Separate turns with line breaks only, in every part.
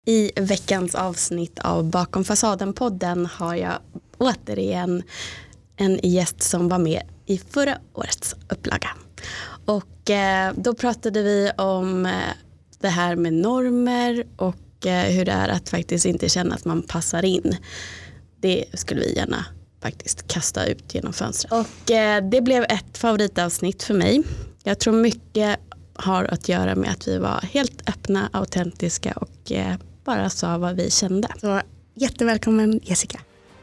I veckans avsnitt av Bakom fasaden-podden har jag återigen en gäst som var med i förra årets upplaga. Och då pratade vi om det här med normer och hur det är att faktiskt inte känna att man passar in. Det skulle vi gärna faktiskt kasta ut genom fönstret. Och det blev ett favoritavsnitt för mig. Jag tror mycket har att göra med att vi var helt öppna, autentiska och bara sa vad vi kände. Så jättevälkommen Jessica.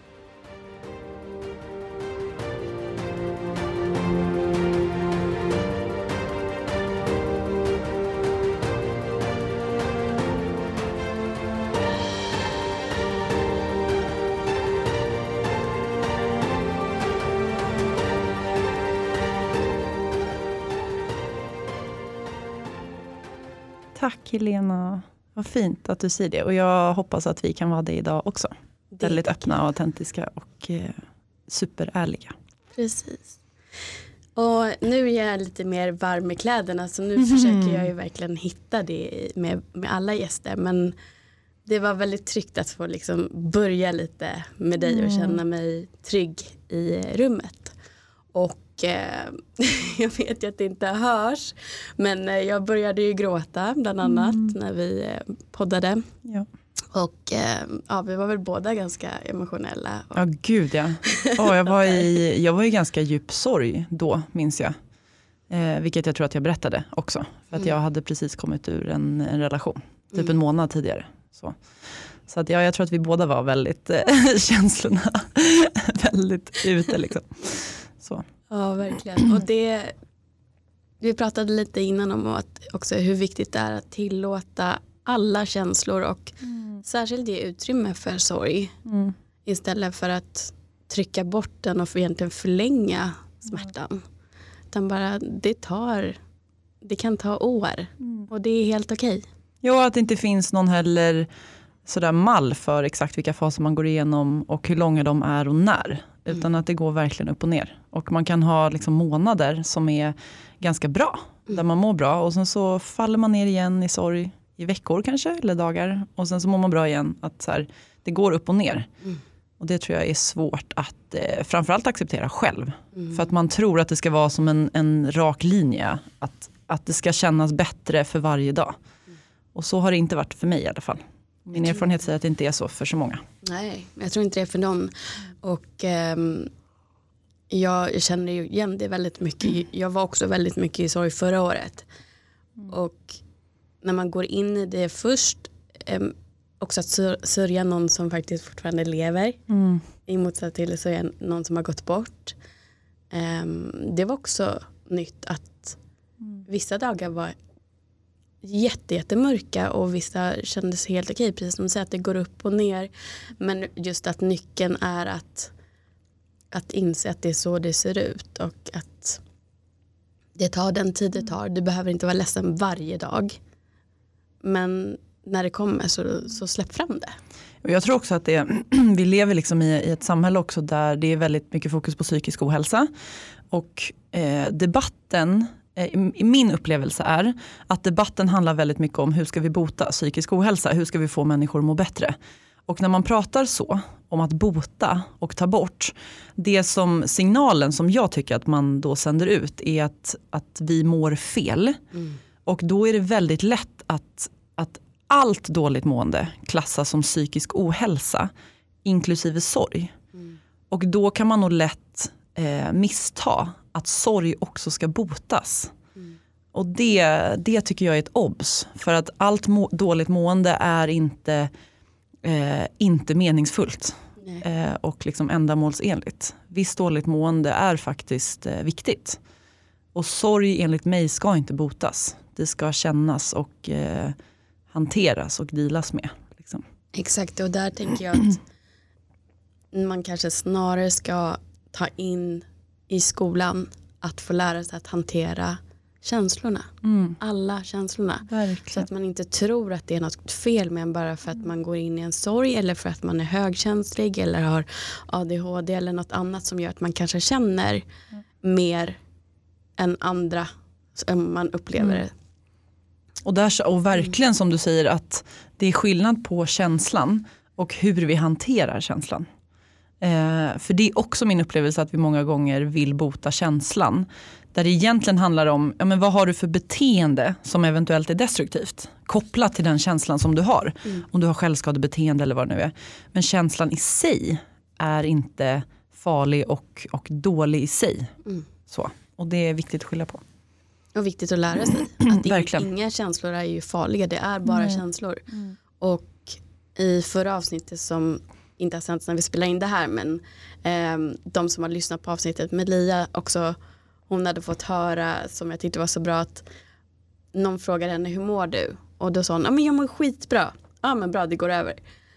Tack Helena, vad fint att du säger det. Och jag hoppas att vi kan vara det idag också. Väldigt öppna och autentiska och superärliga.
Precis. Och nu är jag lite mer varm i kläderna, så nu försöker jag ju verkligen hitta det med alla gäster. Men det var väldigt tryggt att få liksom börja lite med dig och känna mig trygg i rummet. Och jag vet ju att det inte hörs, men jag började ju gråta bland annat när vi poddade.
Ja.
Och vi var väl båda ganska emotionella.
Ja, gud ja. Jag var i ganska djup sorg då, minns jag. Vilket jag tror att jag berättade också. För att jag hade precis kommit ur en relation. Typ en månad tidigare. Så att jag tror att vi båda var väldigt känslorna. Väldigt ute liksom. Så.
Ja, verkligen. Och vi pratade lite innan om att också hur viktigt det är att tillåta alla känslor och särskilt ge utrymme för sorg istället för att trycka bort den och egentligen förlänga smärtan. Utan bara det kan ta år och det är helt okej.
Ja, att det inte finns någon heller sådär mall för exakt vilka faser man går igenom och hur långa de är och när. Utan att det går verkligen upp och ner. Och man kan ha liksom månader som är ganska bra. Där man mår bra. Och sen så faller man ner igen i sorg i veckor kanske. Eller dagar. Och sen så mår man bra igen. Att så här, det går upp och ner. Och det tror jag är svårt att framförallt acceptera själv. För att man tror att det ska vara som en rak linje. Att det ska kännas bättre för varje dag. Och så har det inte varit för mig i alla fall. Min erfarenhet säger att det inte är så för så många.
Nej, jag tror inte det är för någon. Och jag känner ju igen det väldigt mycket. Jag var också väldigt mycket i sorg förra året. Och när man går in i det först, också att sörja någon som faktiskt fortfarande lever. I motsats till att sörja någon som har gått bort. Det var också nytt att vissa dagar var jättemörka och vissa kändes helt okej, precis som du säger att det går upp och ner, men just att nyckeln är att inse att det är så det ser ut och att det tar den tid det tar. Du behöver inte vara ledsen varje dag, men när det kommer så släpp fram det.
Och jag tror också att vi lever liksom i ett samhälle också där det är väldigt mycket fokus på psykisk ohälsa och debatten i min upplevelse är att debatten handlar väldigt mycket om hur ska vi bota psykisk ohälsa, hur ska vi få människor att må bättre. Och när man pratar så om att bota och ta bort, det som signalen som jag tycker att man då sänder ut är att vi mår fel. Och då är det väldigt lätt att allt dåligt mående klassas som psykisk ohälsa, inklusive sorg. Och då kan man nog lätt missta att sorg också ska botas. Och det tycker jag är ett obs. För att allt dåligt mående är inte meningsfullt. Och liksom ändamålsenligt. Visst dåligt mående är faktiskt viktigt. Och sorg enligt mig ska inte botas. Det ska kännas och hanteras och dealas med. Liksom.
Exakt, och där tänker jag att man kanske snarare ska ta in i skolan att få lära sig att hantera känslorna. Alla känslorna.
Verkligen.
Så att man inte tror att det är något fel med en bara för att man går in i en sorg eller för att man är högkänslig eller har ADHD eller något annat som gör att man kanske känner mer än andra som man upplever det.
Och verkligen som du säger att det är skillnad på känslan och hur vi hanterar känslan. För det är också min upplevelse att vi många gånger vill bota känslan. Där det egentligen handlar om, ja, men vad har du för beteende som eventuellt är destruktivt? Kopplat till den känslan som du har. Om du har självskadebeteende eller vad det nu är. Men känslan i sig är inte farlig och dålig i sig. Så. Och det är viktigt att skilja på.
Och viktigt att lära sig. Att inga känslor är ju farliga, det är bara känslor. Och i förra avsnittet som inte har sänts när vi spelar in det här, men de som har lyssnat på avsnittet med Lia också, hon hade fått höra, som jag tyckte var så bra, att någon frågade henne, hur mår du? Och då sa hon, ja men jag mår skitbra. Ja men bra, det går över.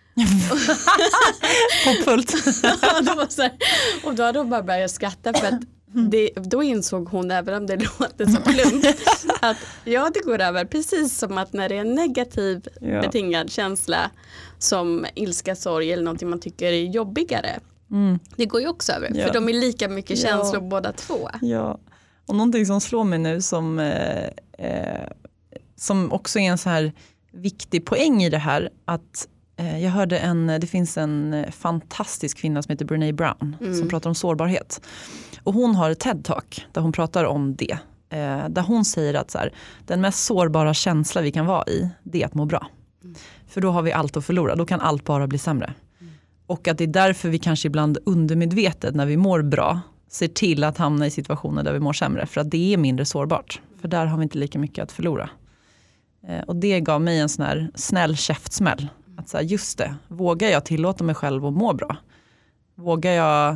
Hoppfullt.
Och då hade hon bara börjat skratta för att då insåg hon, även om det låter så plumpt, att det går över, precis som att när det är en negativ betingad känsla som ilska, sorg eller någonting man tycker är jobbigare, det går ju också över, för de är lika mycket känslor båda två. Ja,
och någonting som slår mig nu som också är en så här viktig poäng i det här, att jag hörde det finns en fantastisk kvinna som heter Brené Brown som pratar om sårbarhet. Och hon har ett TED-talk där hon pratar om det. Där hon säger att så här, den mest sårbara känsla vi kan vara i, det är att må bra. För då har vi allt att förlora, då kan allt bara bli sämre. Och att det är därför vi kanske ibland undermedvetet när vi mår bra ser till att hamna i situationer där vi mår sämre. För att det är mindre sårbart. För där har vi inte lika mycket att förlora. Och det gav mig en sån här snäll käftsmäll. Att så här, just det, vågar jag tillåta mig själv att må bra? Vågar jag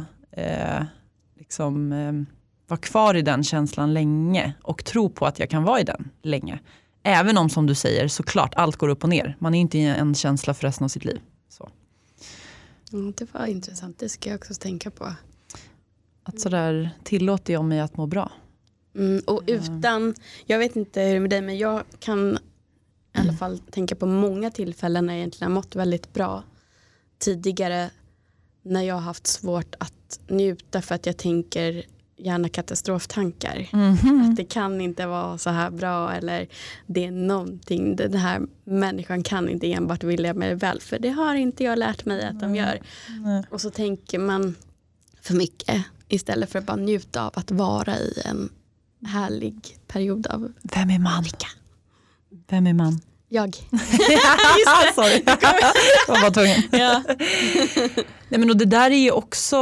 vara kvar i den känslan länge och tro på att jag kan vara i den länge? Även om, som du säger, såklart allt går upp och ner. Man är inte i en känsla för resten av sitt liv. Så.
Det var intressant, det ska jag också tänka på.
Att sådär tillåter jag mig att må bra.
Och utan, jag vet inte hur det är med dig, men jag kan i alla fall tänka på många tillfällen när jag egentligen har mått väldigt bra tidigare, när jag har haft svårt att njuta för att jag tänker gärna katastroftankar. Att det kan inte vara så här bra, eller det är någonting, den här människan kan inte enbart vilja mig väl, för det har inte jag lärt mig att de gör. Och så tänker man för mycket istället för att bara njuta av att vara i en härlig period av...
Vem är man? Vem är man?
Jag.
Sorry. Jag var tvungen. Nej, men och det där är ju också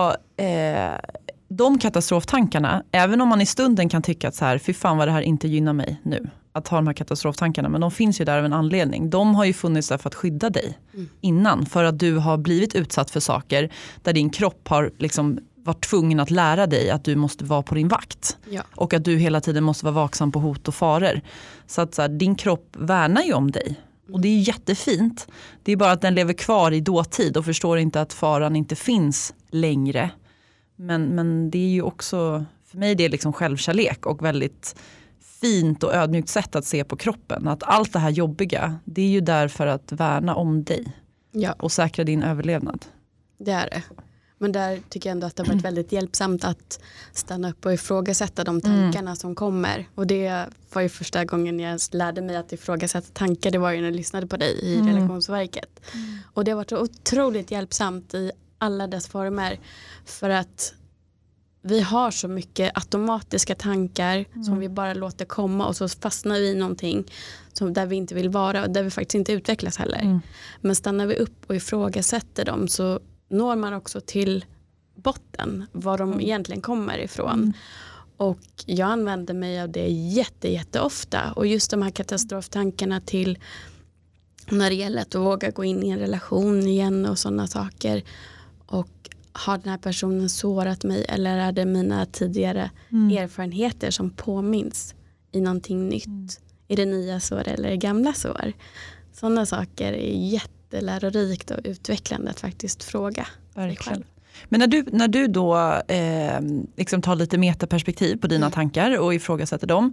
de katastroftankarna, även om man i stunden kan tycka att så här, fy fan vad det här inte gynnar mig nu, att ha de här katastroftankarna, men de finns ju där av en anledning. De har ju funnits där för att skydda dig innan, för att du har blivit utsatt för saker där din kropp har liksom varit tvungen att lära dig att du måste vara på din vakt. Och att du hela tiden måste vara vaksam på hot och faror. Så att så här, din kropp värnar ju om dig. Och det är jättefint. Det är bara att den lever kvar i dåtid och förstår inte att faran inte finns längre. Men det är ju också, för mig det är liksom självkärlek och väldigt fint och ödmjukt sätt att se på kroppen. Att allt det här jobbiga, det är ju där för att värna om dig. Och säkra din överlevnad.
Det är det. Men där tycker jag ändå att det har varit väldigt hjälpsamt att stanna upp och ifrågasätta de tankarna som kommer. Och det var ju första gången jag lärde mig att ifrågasätta tankar. Det var ju när jag lyssnade på dig i relationsverket. Och det har varit otroligt hjälpsamt i alla dess former. För att vi har så mycket automatiska tankar som vi bara låter komma. Och så fastnar vi i någonting som där vi inte vill vara. Och där vi faktiskt inte utvecklas heller. Men stannar vi upp och ifrågasätter dem, så når man också till botten var de egentligen kommer ifrån. Och jag använder mig av det jätteofta. Och just de här katastroftankarna till när det gäller att våga gå in i en relation igen och sådana saker. Och har den här personen sårat mig, eller är det mina tidigare erfarenheter som påminns i någonting nytt? I det nya sår eller det gamla sår? Sådana saker är jättelärorikt och utvecklande att faktiskt fråga dig själv.
Men när du då liksom tar lite metaperspektiv på dina tankar och ifrågasätter dem,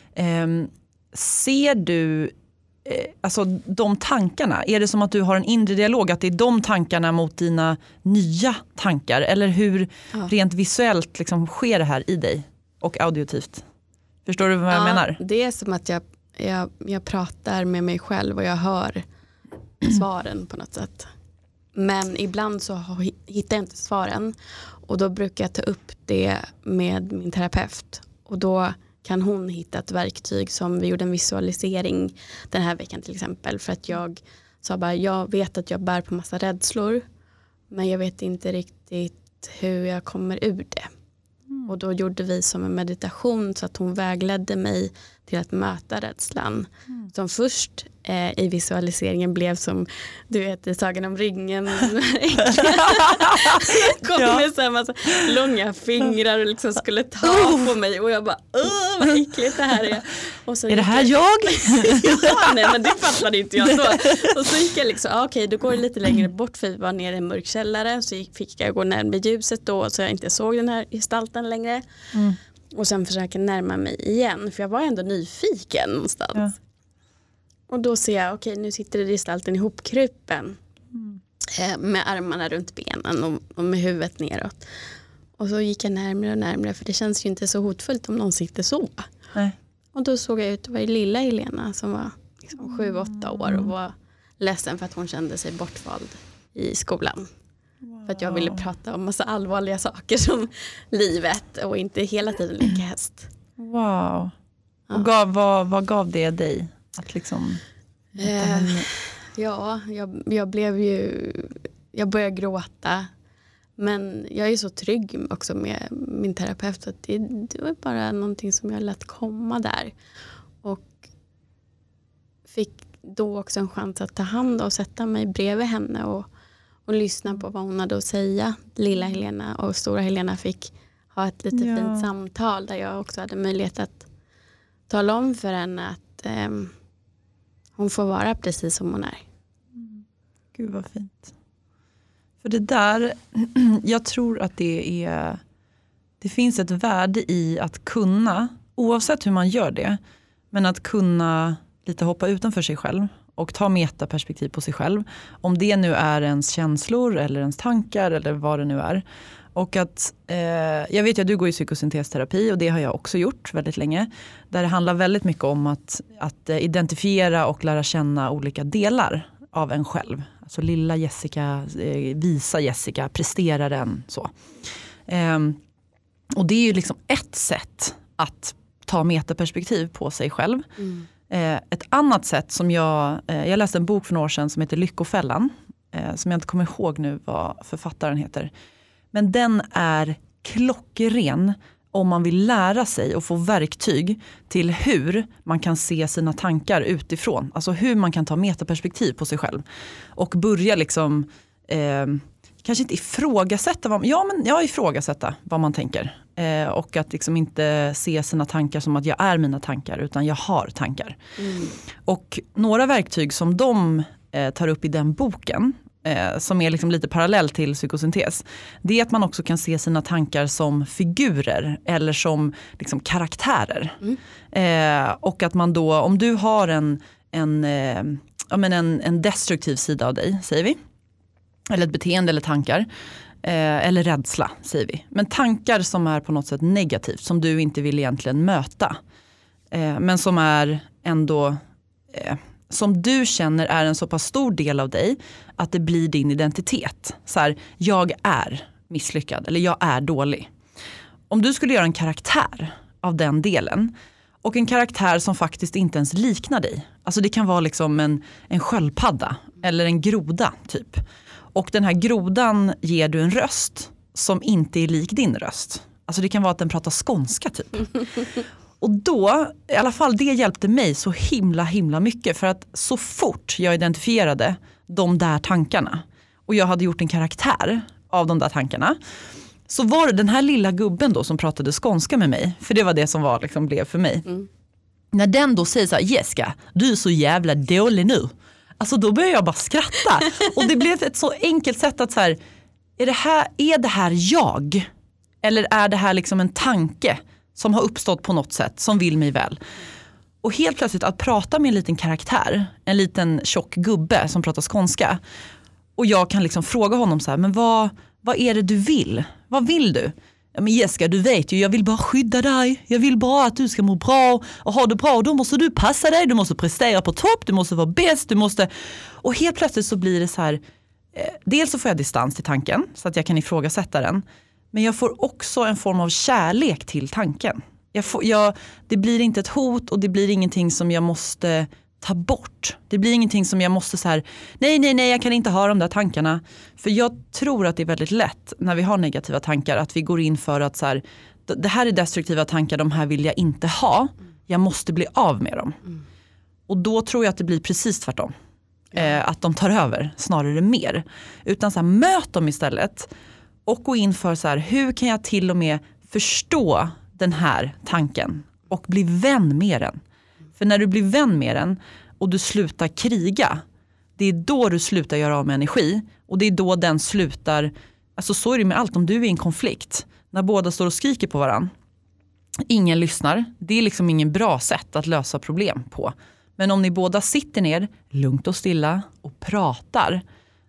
ser du alltså de tankarna, är det som att du har en inre dialog, att det är de tankarna mot dina nya tankar, eller hur rent visuellt liksom sker det här i dig och auditivt? Förstår du vad jag menar?
Det är som att jag jag pratar med mig själv och jag hör svaren på något sätt. Men ibland så hittar jag inte svaren. Och då brukar jag ta upp det med min terapeut. Och då kan hon hitta ett verktyg, som vi gjorde en visualisering den här veckan till exempel. För att jag sa bara, jag vet att jag bär på massa rädslor. Men jag vet inte riktigt hur jag kommer ur det. Och då gjorde vi som en meditation så att hon vägledde mig till att möta rädslan. Som först i visualiseringen blev som, du vet, i Sagan om ringen. Kom med så här massa långa fingrar och liksom skulle ta på mig. Och jag bara, vad äckligt det här är. Och så
är det här jag?
Nej, men det fattade inte jag då. Och så gick jag liksom, okej, då går det lite längre bort, för vi var nere i en mörk källare. Så fick jag gå närmare ljuset då, så jag inte såg den här gestalten längre. Och sen försöka närma mig igen, för jag var ändå nyfiken någonstans. Ja. Och då ser jag, okej, nu sitter gestalten ihopkrupen. Med armarna runt benen och med huvudet neråt. Och så gick jag närmare och närmare, för det känns ju inte så hotfullt om någon sitter så. Nej. Och då såg jag ut, det var lilla Helena som var liksom 7-8 år och var ledsen för att hon kände sig bortvald i skolan. Wow. För att jag ville prata om massa allvarliga saker som livet och inte hela tiden leka häst.
Wow. Och vad gav det dig? Att liksom...
Jag började gråta. Men jag är så trygg också med min terapeut, att det var bara någonting som jag lät komma där. Och fick då också en chans att ta hand och sätta mig bredvid henne och lyssna på vad hon hade att säga. Lilla Helena och stora Helena fick ha ett lite fint samtal, där jag också hade möjlighet att tala om för henne att hon får vara precis som hon är.
Gud vad fint. För det där, jag tror att det finns ett värde i att kunna, oavsett hur man gör det, men att kunna lite hoppa utanför sig själv och ta metaperspektiv på sig själv. Om det nu är ens känslor eller ens tankar eller vad det nu är. Och att, jag vet ju att du går i psykosyntesterapi, och det har jag också gjort väldigt länge. Där det handlar väldigt mycket om att identifiera och lära känna olika delar av en själv. Alltså lilla Jessica, visa Jessica, presteraren, så. Och det är ju liksom ett sätt att ta metaperspektiv på sig själv. Ett annat sätt som jag läste en bok för några år sedan som heter Lyckofällan. Som jag inte kommer ihåg nu vad författaren heter. Men den är klockren om man vill lära sig och få verktyg till hur man kan se sina tankar utifrån. Alltså hur man kan ta metaperspektiv på sig själv. Och börja liksom, kanske inte ifrågasätta, ifrågasätta vad man tänker. Och att liksom inte se sina tankar som att jag är mina tankar, utan jag har tankar. Och några verktyg som de tar upp i den boken, som är liksom lite parallell till psykosyntes, det är att man också kan se sina tankar som figurer eller som liksom karaktärer. Och att man då, om du har en destruktiv sida av dig, säger vi, eller ett beteende eller tankar, eller rädsla, säger vi. Men tankar som är på något sätt negativt, som du inte vill egentligen möta, men som är ändå... som du känner är en så pass stor del av dig att det blir din identitet. Så här, jag är misslyckad eller jag är dålig. Om du skulle göra en karaktär av den delen, och en karaktär som faktiskt inte ens liknar dig. Alltså det kan vara liksom en sköldpadda eller en groda typ. Och den här grodan ger du en röst som inte är lik din röst. Alltså det kan vara att den pratar skånska typ. Och då, i alla fall det hjälpte mig så himla mycket, för att så fort jag identifierade de där tankarna och jag hade gjort en karaktär av de där tankarna, så var det den här lilla gubben då som pratade skånska med mig, för det var det som var, liksom, blev för mig. När den då säger så här, Jessica, du är så jävla dålig nu. Alltså då börjar jag bara skratta. Och det blev ett så enkelt sätt att så här, är det här jag? Eller är det här liksom en tanke som har uppstått på något sätt, som vill mig väl? Och helt plötsligt att prata med en liten karaktär, en liten tjock gubbe som pratar skånska, och jag kan liksom fråga honom så här, men vad är det du vill? Vad vill du? Men Jessica, du vet ju, jag vill bara skydda dig. Jag vill bara att du ska må bra och ha det bra. Då måste du passa dig, du måste prestera på topp, du måste vara bäst, du måste... Och helt plötsligt så blir det så här, dels så får jag distans till tanken så att jag kan ifrågasätta den. Men jag får också en form av kärlek till tanken. Det blir inte ett hot och det blir ingenting som jag måste ta bort. Det blir ingenting som jag måste så här, nej, jag kan inte ha de där tankarna. För jag tror att det är väldigt lätt när vi har negativa tankar att vi går in för att så här, det här är destruktiva tankar, de här vill jag inte ha. Jag måste bli av med dem. Och då tror jag att det blir precis tvärtom. Att de tar över snarare mer. Utan så här, möt dem istället och gå in för så här, hur kan jag till och med förstå den här tanken och bli vän med den. För när du blir vän med den och du slutar kriga, det är då du slutar göra av med energi och det är då den slutar, alltså så är det med allt, om du är i en konflikt, när båda står och skriker på varann, ingen lyssnar, det är liksom ingen bra sätt att lösa problem på. Men om ni båda sitter ner lugnt och stilla och pratar,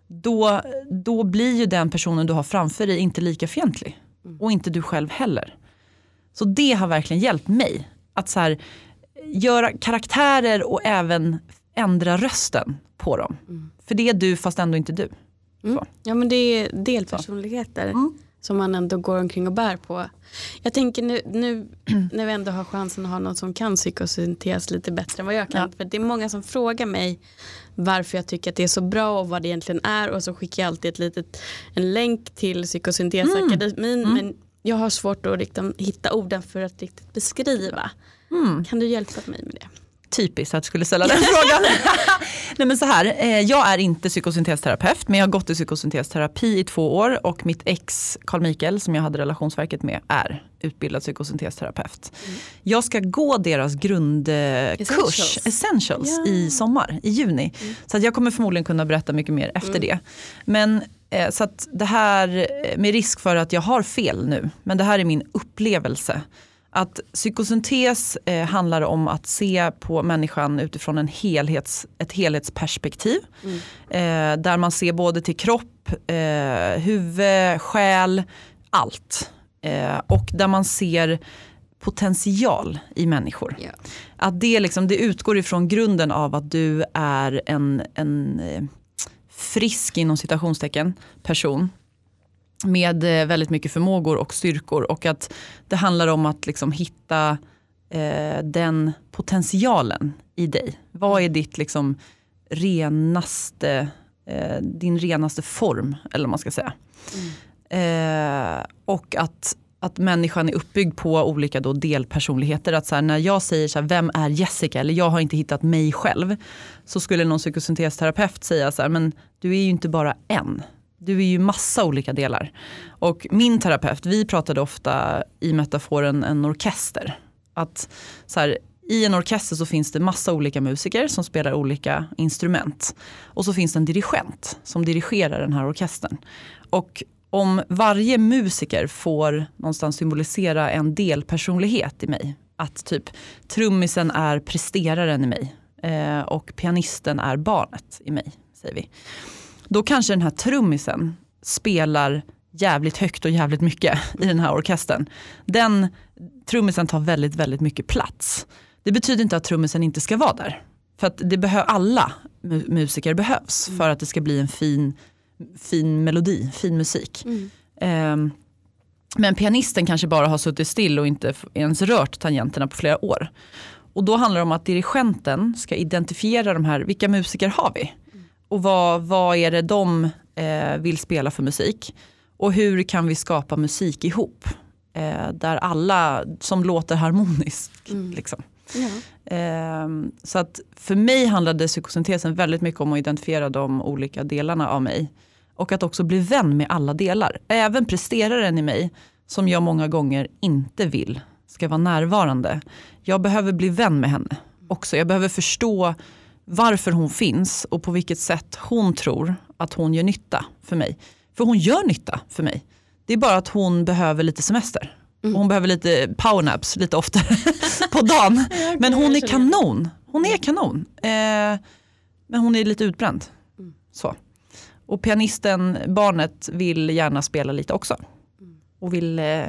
då blir ju den personen du har framför dig inte lika fientlig och inte du själv heller. Så det har verkligen hjälpt mig att så här, göra karaktärer och även ändra rösten på dem. För det är du fast ändå inte du.
Ja, men det är delpersonligheter som man ändå går omkring och bär på. Jag tänker nu när vi ändå har chansen att ha någon som kan psykosyntes lite bättre än vad jag kan. Ja. För det är många som frågar mig varför jag tycker att det är så bra och vad det egentligen är. Och så skickar jag alltid en länk till Psykosyntesakademin. Men jag har svårt att liksom hitta orden för att riktigt beskriva. Kan du hjälpa mig med det?
Typiskt att jag skulle ställa den frågan. Nej, men så här, jag är inte psykosyntesterapeut, men jag har gått i psykosyntesterapi i 2 år och mitt ex Carl Mikael som jag hade relationsverket med är utbildad psykosyntesterapeut. Jag ska gå deras grundkurs Essentials i sommar, i juni. Så att jag kommer förmodligen kunna berätta mycket mer efter det. Men så att det här, med risk för att jag har fel nu, men det här är min upplevelse. Att psykosyntes handlar om att se på människan utifrån ett helhetsperspektiv. Där man ser både till kropp, huvud, själ, allt. Och där man ser potential i människor. Yeah. Att det utgår ifrån grunden av att du är en frisk inom citationstecken person. Med väldigt mycket förmågor och styrkor och att det handlar om att liksom hitta den potentialen i dig. Vad är ditt liksom din renaste form eller vad man ska säga. Och att människan är uppbyggd på olika då delpersonligheter. Att så här, när jag säger så här, vem är Jessica eller jag har inte hittat mig själv, så skulle någon psykosyntesterapeut säga så här, men du är ju inte bara en. Du är ju massa olika delar. Och min terapeut, vi pratade ofta i metaforen en orkester. Att så här, i en orkester så finns det massa olika musiker som spelar olika instrument. Och så finns det en dirigent som dirigerar den här orkestern. Och om varje musiker får någonstans symbolisera en delpersonlighet i mig. Att typ trummisen är presteraren i mig. Och pianisten är barnet i mig, säger vi. Då kanske den här trummisen spelar jävligt högt och jävligt mycket i den här orkestern. Den trummisen tar väldigt, väldigt mycket plats. Det betyder inte att trummisen inte ska vara där. För att alla musiker behövs för att det ska bli en fin melodi, fin musik. Men pianisten kanske bara har suttit still och inte ens rört tangenterna på flera år. Och då handlar det om att dirigenten ska identifiera de här, vilka musiker har vi? Och vad är det de vill spela för musik? Och hur kan vi skapa musik ihop? Där alla som låter harmoniskt. Liksom. Så att för mig handlade psykosyntesen väldigt mycket om att identifiera de olika delarna av mig. Och att också bli vän med alla delar. Även presteraren i mig som jag många gånger inte vill ska vara närvarande. Jag behöver bli vän med henne också. Jag behöver förstå varför hon finns och på vilket sätt hon tror att hon gör nytta för mig. För hon gör nytta för mig. Det är bara att hon behöver lite semester. Hon behöver lite powernaps lite oftare på dagen. Men hon är kanon. Hon är kanon. Men hon är lite utbränd. Så. Och pianisten, barnet, vill gärna spela lite också. Och vill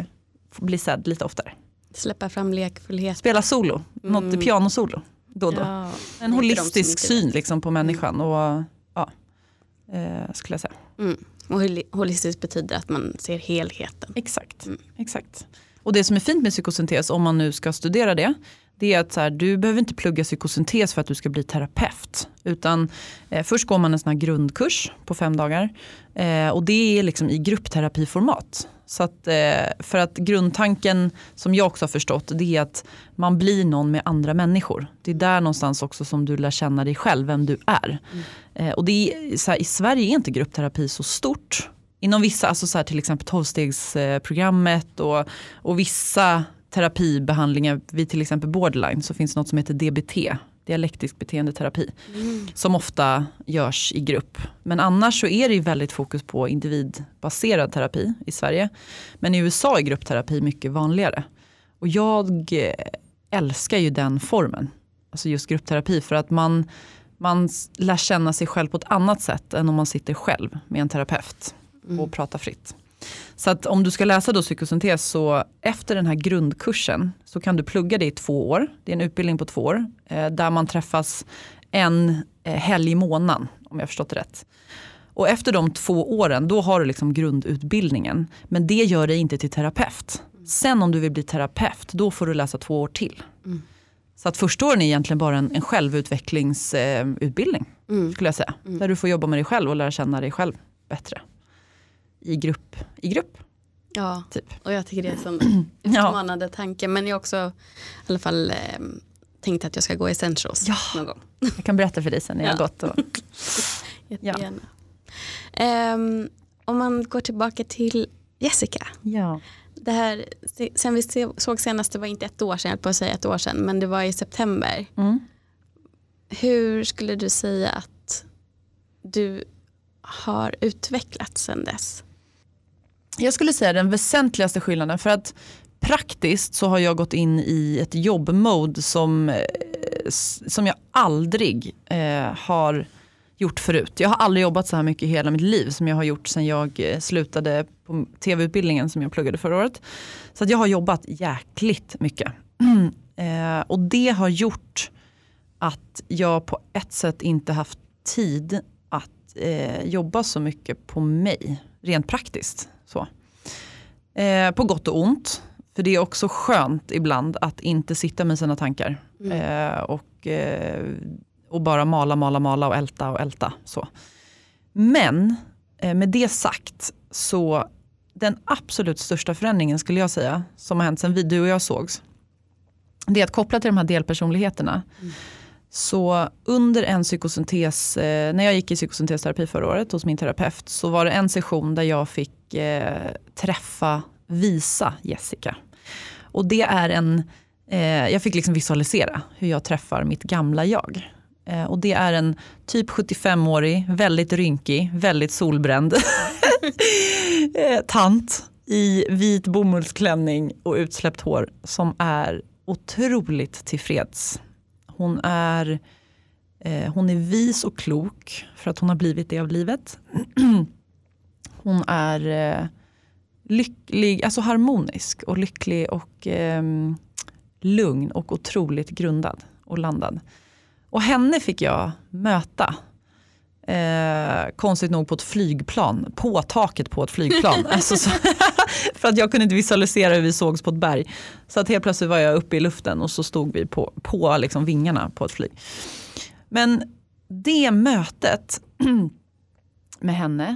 bli sedd lite oftare.
Släppa fram lekfullhet.
Spela solo, något pianosolo då och då.
Ja,
en holistisk syn liksom på människan och skulle jag säga.
Och holistiskt betyder att man ser helheten.
Exakt. Och det som är fint med psykosyntes, om man nu ska studera det är att så här, du behöver inte plugga psykosyntes för att du ska bli terapeut. Utan först går man en sån här grundkurs på 5 dagar. Och det är liksom i gruppterapiformat. Så att, för att grundtanken som jag också har förstått, det är att man blir någon med andra människor. Det är där någonstans också som du lär känna dig själv, vem du är. Och det är, så här, i Sverige är inte gruppterapi så stort. Inom vissa, alltså så här, till exempel 12-stegsprogrammet och vissa terapibehandlingar vid till exempel borderline, så finns det något som heter DBT, dialektisk beteendeterapi, som ofta görs i grupp. Men annars så är det ju väldigt fokus på individbaserad terapi i Sverige. Men i USA är gruppterapi mycket vanligare. Och jag älskar ju den formen, alltså just gruppterapi, för att man lär känna sig själv på ett annat sätt än om man sitter själv med en terapeut och pratar fritt. Så att om du ska läsa då psykosyntes, så efter den här grundkursen så kan du plugga det i 2 år. Det är en utbildning på 2 år där man träffas en helg i månaden, om jag förstått det rätt. Och efter de 2 åren, då har du liksom grundutbildningen. Men det gör dig inte till terapeut. Sen om du vill bli terapeut, då får du läsa 2 år till. Så att första åren är egentligen bara en självutvecklingsutbildning, skulle jag säga. Där du får jobba med dig själv och lära känna dig själv bättre. I grupp.
Ja,
typ.
Och jag tycker det är en sån utmanande tanke. Men jag också i alla fall tänkt att jag ska gå Essentials någon gång.
Jag kan berätta för dig sen när jag har gått. Och...
Jättegärna. Om man går tillbaka till Jessica.
Ja.
Det här, sen vi såg senast, det var inte 1 år sedan, jag på att säga 1 år sedan, men det var i september. Hur skulle du säga att du har utvecklats sedan dess?
Jag skulle säga den väsentligaste skillnaden, för att praktiskt så har jag gått in i ett jobbmode som jag aldrig har gjort förut. Jag har aldrig jobbat så här mycket i hela mitt liv som jag har gjort sedan jag slutade på tv-utbildningen som jag pluggade förra året. Så att jag har jobbat jäkligt mycket. Och det har gjort att jag på ett sätt inte haft tid att jobba så mycket på mig, rent praktiskt. Så. På gott och ont. För det är också skönt ibland att inte sitta med sina tankar. Och bara mala och älta. Så. Men med det sagt, så den absolut största förändringen skulle jag säga, som har hänt sedan du och jag sågs, det är att koppla till de här delpersonligheterna. Så under en psykosyntes, när jag gick i psykosyntesterapi förra året hos min terapeut, så var det en session där jag fick träffa visa Jessica. Och det är jag fick liksom visualisera hur jag träffar mitt gamla jag. Och det är en typ 75-årig, väldigt rynkig, väldigt solbränd tant i vit bomullsklänning och utsläppt hår som är otroligt tillfreds. Hon är vis och klok för att hon har blivit det av livet. Hon är lycklig, alltså harmonisk och lycklig och lugn och otroligt grundad och landad. Och henne fick jag möta konstigt nog på ett flygplan, på taket på ett flygplan. Alltså för att jag kunde inte visualisera hur vi sågs på ett berg. Så att helt plötsligt var jag uppe i luften och så stod vi på liksom vingarna på ett flyg. Men det mötet med henne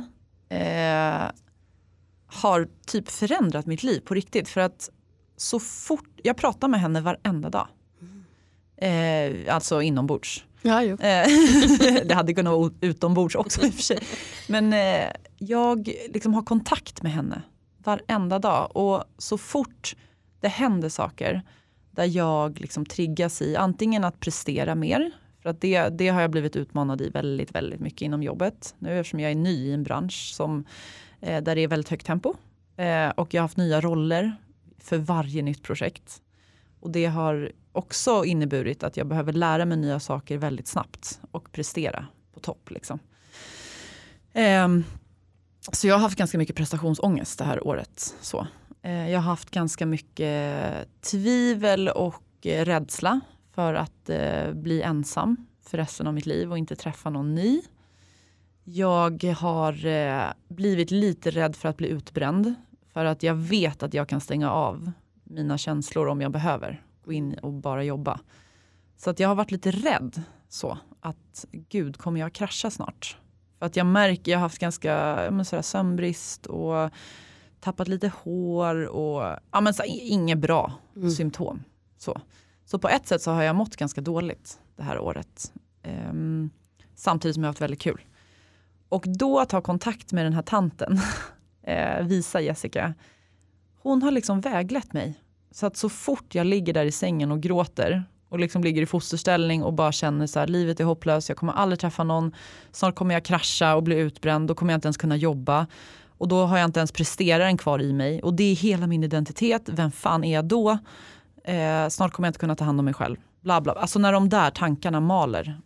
har typ förändrat mitt liv på riktigt. För att så fort jag pratar med henne varenda dag. Alltså inombords.
Ja, jo.
Det hade kunnat vara utombords också i och för sig. Men jag liksom har kontakt med henne varenda dag. Och så fort det händer saker där jag liksom triggas i antingen att prestera mer. För att det har jag blivit utmanad i väldigt, väldigt mycket inom jobbet. Nu eftersom jag är ny i en bransch där det är väldigt högt tempo. Och jag har haft nya roller för varje nytt projekt. Och det har också inneburit att jag behöver lära mig nya saker väldigt snabbt och prestera på topp. Liksom. Så jag har haft ganska mycket prestationsångest det här året. Så. Jag har haft ganska mycket tvivel och rädsla för att bli ensam för resten av mitt liv och inte träffa någon ny. Jag har blivit lite rädd för att bli utbränd. För att jag vet att jag kan stänga av mina känslor om jag behöver gå in och bara jobba. Så att jag har varit lite rädd så att gud, kommer jag krascha snart? För att jag märker, jag har haft ganska sömnbrist och tappat lite hår och inget bra symptom. Så på ett sätt så har jag mått ganska dåligt det här året. Samtidigt som jag har haft väldigt kul. Och då att ha kontakt med den här tanten, Visa Jessica, hon har liksom väglett mig. Så att så fort jag ligger där i sängen och gråter och liksom ligger i fosterställning och bara känner så här, livet är hopplöst, jag kommer aldrig träffa någon, snart kommer jag krascha och bli utbränd, då kommer jag inte ens kunna jobba. Och då har jag inte ens presteraren kvar i mig. Och det är hela min identitet, vem fan är jag då? Snart kommer jag inte kunna ta hand om mig själv. Bla bla. Alltså när de där tankarna maler,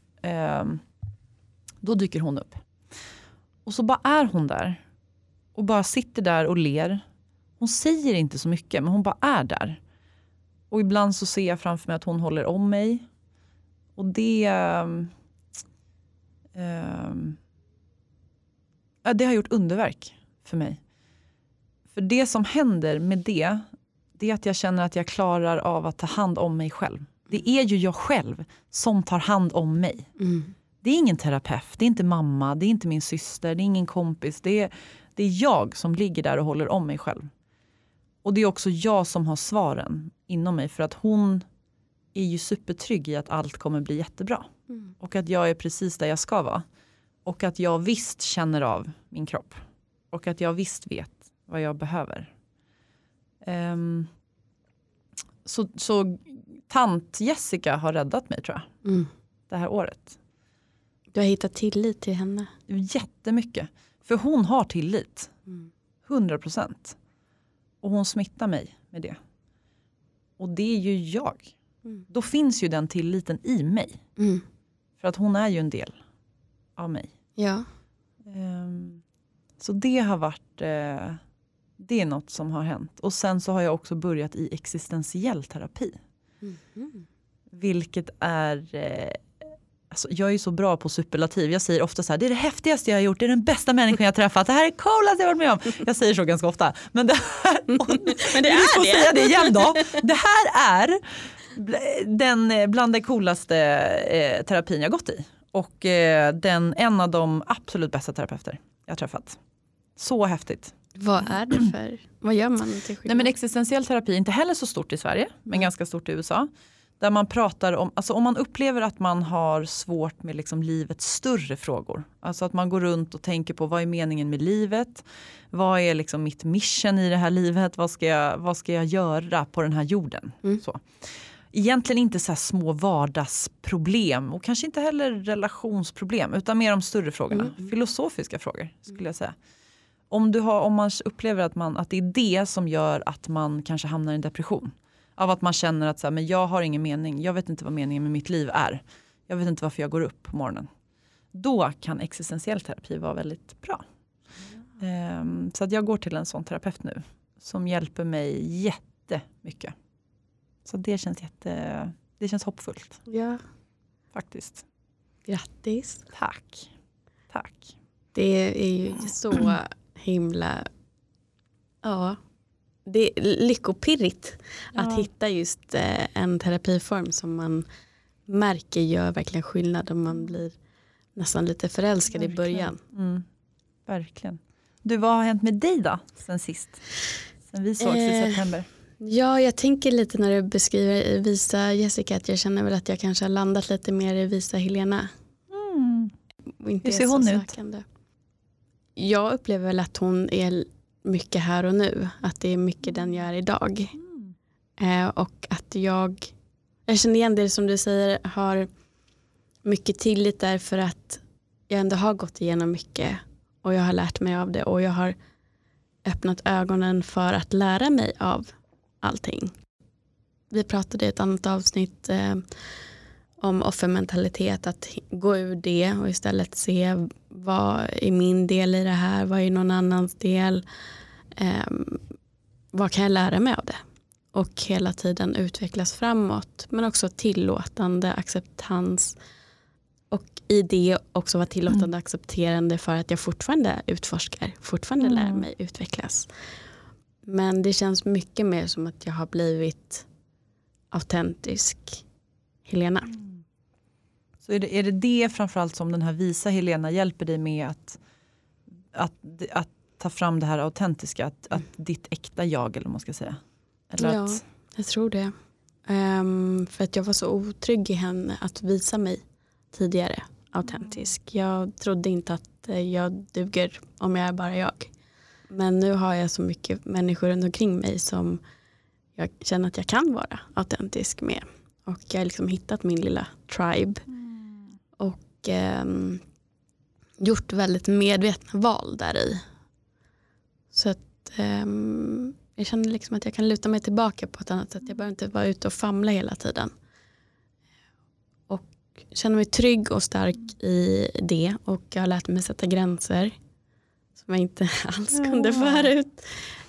då dyker hon upp. Och så bara är hon där. Och bara sitter där och ler. Hon säger inte så mycket, men hon bara är där. Och ibland så ser jag framför mig att hon håller om mig. Och det har gjort underverk för mig. För det som händer med det är att jag känner att jag klarar av att ta hand om mig själv. Det är ju jag själv som tar hand om mig. Mm. Det är ingen terapeut, det är inte mamma, det är inte min syster, det är ingen kompis. Det är jag som ligger där och håller om mig själv. Och det är också jag som har svaren inom mig. För att hon är ju supertrygg i att allt kommer bli jättebra. Mm. Och att jag är precis där jag ska vara. Och att jag visst känner av min kropp. Och att jag visst vet vad jag behöver. Så tant Jessica har räddat mig, tror jag. Mm. Det här året.
Du har hittat tillit till henne.
Jättemycket. För hon har tillit. 100%. Och hon smittar mig med det. Och det är ju jag. Mm. Då finns ju den tilliten i mig. Mm. För att hon är ju en del av mig.
Ja.
Så det har varit... det är något som har hänt. Och sen så har jag också börjat i existentiell terapi. Mm. Vilket är... Alltså jag är ju så bra på superlativ. Jag säger ofta så här, det är det häftigaste jag har gjort. Det är den bästa människan jag har träffat. Det här är coolaste jag har varit med om. Jag säger så ganska ofta. Men det här,
men det är det.
Säga det igen då. Det här är bland den coolaste terapin jag gått i. Och en av de absolut bästa terapeuter jag har träffat. Så häftigt.
Vad är det för? Vad gör man till skillnad?
Nej, men existentiell terapi är inte heller så stort i Sverige. Men ganska stort i USA. Där man pratar om, alltså om man upplever att man har svårt med liksom livets större frågor. Alltså att man går runt och tänker på vad är meningen med livet? Vad är liksom mitt mission i det här livet? Vad ska jag göra på den här jorden? Mm. Så. Egentligen inte så här små vardagsproblem och kanske inte heller relationsproblem utan mer de större frågorna. Mm. Filosofiska frågor skulle jag säga. Om man upplever att det är det som gör att man kanske hamnar i en depression. Av att man känner att så här, men jag har ingen mening. Jag vet inte vad meningen med mitt liv är. Jag vet inte varför jag går upp på morgonen. Då kan existentiell terapi vara väldigt bra. Så att jag går till en sån terapeut nu. Som hjälper mig jättemycket. Så det känns hoppfullt.
Ja.
Faktiskt.
Grattis.
Tack.
Det är ju så himla... Ja... Det är lyckopirrigt att hitta just en terapiform som man märker gör verkligen skillnad om man blir nästan lite förälskad i början. Mm.
Verkligen. Du, vad har hänt med dig då sen sist? Sen vi sågs i september.
Ja, jag tänker lite när du beskriver Visa Jessica att jag känner väl att jag kanske har landat lite mer i Visa Helena. Mm.
Hur ser hon ut?
Jag upplever väl att hon är mycket här och nu. Att det är mycket den jag är idag. Och att jag känner igen det som du säger, har mycket tillit därför att jag ändå har gått igenom mycket och jag har lärt mig av det och jag har öppnat ögonen för att lära mig av allting. Vi pratade i ett annat avsnitt om offermentalitet, att gå ur det och istället se vad är min del i det här, vad är någon annans del. vad kan jag lära mig av det? Och hela tiden utvecklas framåt. Men också tillåtande, acceptans. Och i det också vara tillåtande och accepterande för att jag fortfarande utforskar. Fortfarande lär mig utvecklas. Men det känns mycket mer som att jag har blivit autentisk Helena.
Så är det framförallt som den här visa Helena hjälper dig med att ta fram det här autentiska, att ditt äkta jag, eller vad man ska säga? Eller
ja, jag tror det. För att jag var så otrygg i henne att visa mig tidigare autentisk. Jag trodde inte att jag duger om jag är bara jag. Men nu har jag så mycket människor runt omkring mig som jag känner att jag kan vara autentisk med. Och jag har liksom hittat min lilla tribe. Och gjort väldigt medvetna val där i. Så att jag känner liksom att jag kan luta mig tillbaka på ett annat sätt. Jag behöver inte vara ute och famla hela tiden. Och känner mig trygg och stark i det. Och jag har lärt mig sätta gränser. Som jag inte alls kunde förut.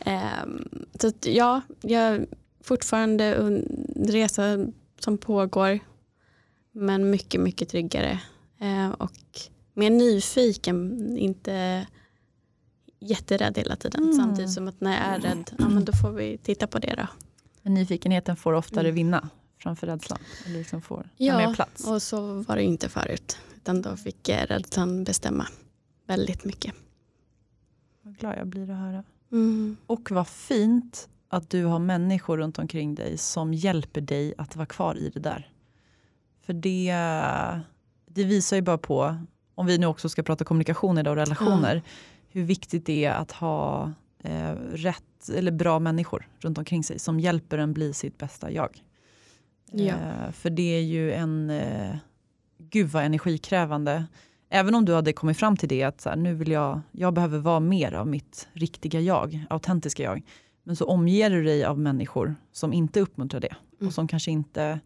Så att ja, jag fortfarande en resa som pågår. Men mycket, mycket tryggare. Och mer nyfiken. Inte jätterädd hela tiden. Samtidigt som att när jag är rädd, ja, men då får vi titta på det då.
Men nyfikenheten får oftare vinna framför rädslan. Eller liksom får mer plats.
Och så var det inte förut. Utan då fick rädslan bestämma väldigt mycket.
Vad glad jag blir att höra. Och vad fint att du har människor runt omkring dig som hjälper dig att vara kvar i det där. För det visar ju bara på, om vi nu också ska prata kommunikation idag och relationer, hur viktigt det är att ha rätt eller bra människor runt omkring sig som hjälper en bli sitt bästa jag. För det är ju gud vad energikrävande. Även om du hade kommit fram till det att så här, nu vill jag behöver vara mer av mitt riktiga jag, autentiska jag. Men så omger du dig av människor som inte uppmuntrar det. Och som kanske inte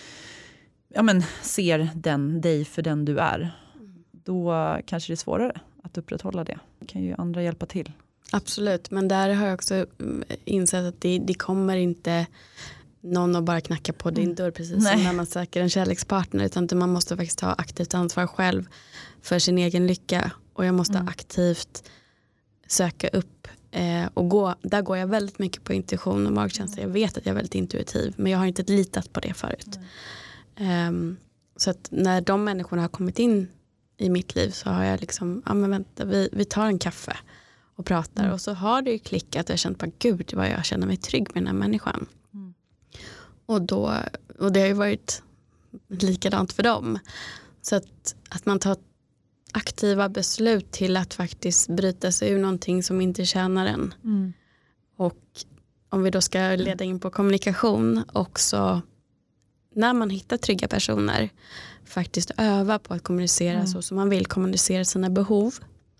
ser dig för den du är. Då kanske det är svårare att upprätthålla det. Det kan ju andra hjälpa till.
Absolut, men där har jag också insett att det kommer inte någon att bara knacka på din dörr precis som när man söker en kärlekspartner, utan man måste faktiskt ta aktivt ansvar själv för sin egen lycka, och jag måste aktivt söka upp och där går jag väldigt mycket på intuition och magkänsla. Jag vet att jag är väldigt intuitiv, men jag har inte litat på det förut. Så att när de människorna har kommit in i mitt liv så har jag liksom, men vänta, vi tar en kaffe och pratar, och så har det ju klickat och jag känt bara, gud vad jag känner mig trygg med den här människan. Och det har ju varit likadant för dem. Så att man tar aktiva beslut till att faktiskt bryta sig ur någonting som inte tjänar en. Och om vi då ska leda in på kommunikation också, när man hittar trygga personer, faktiskt öva på att kommunicera så som man vill kommunicera sina behov.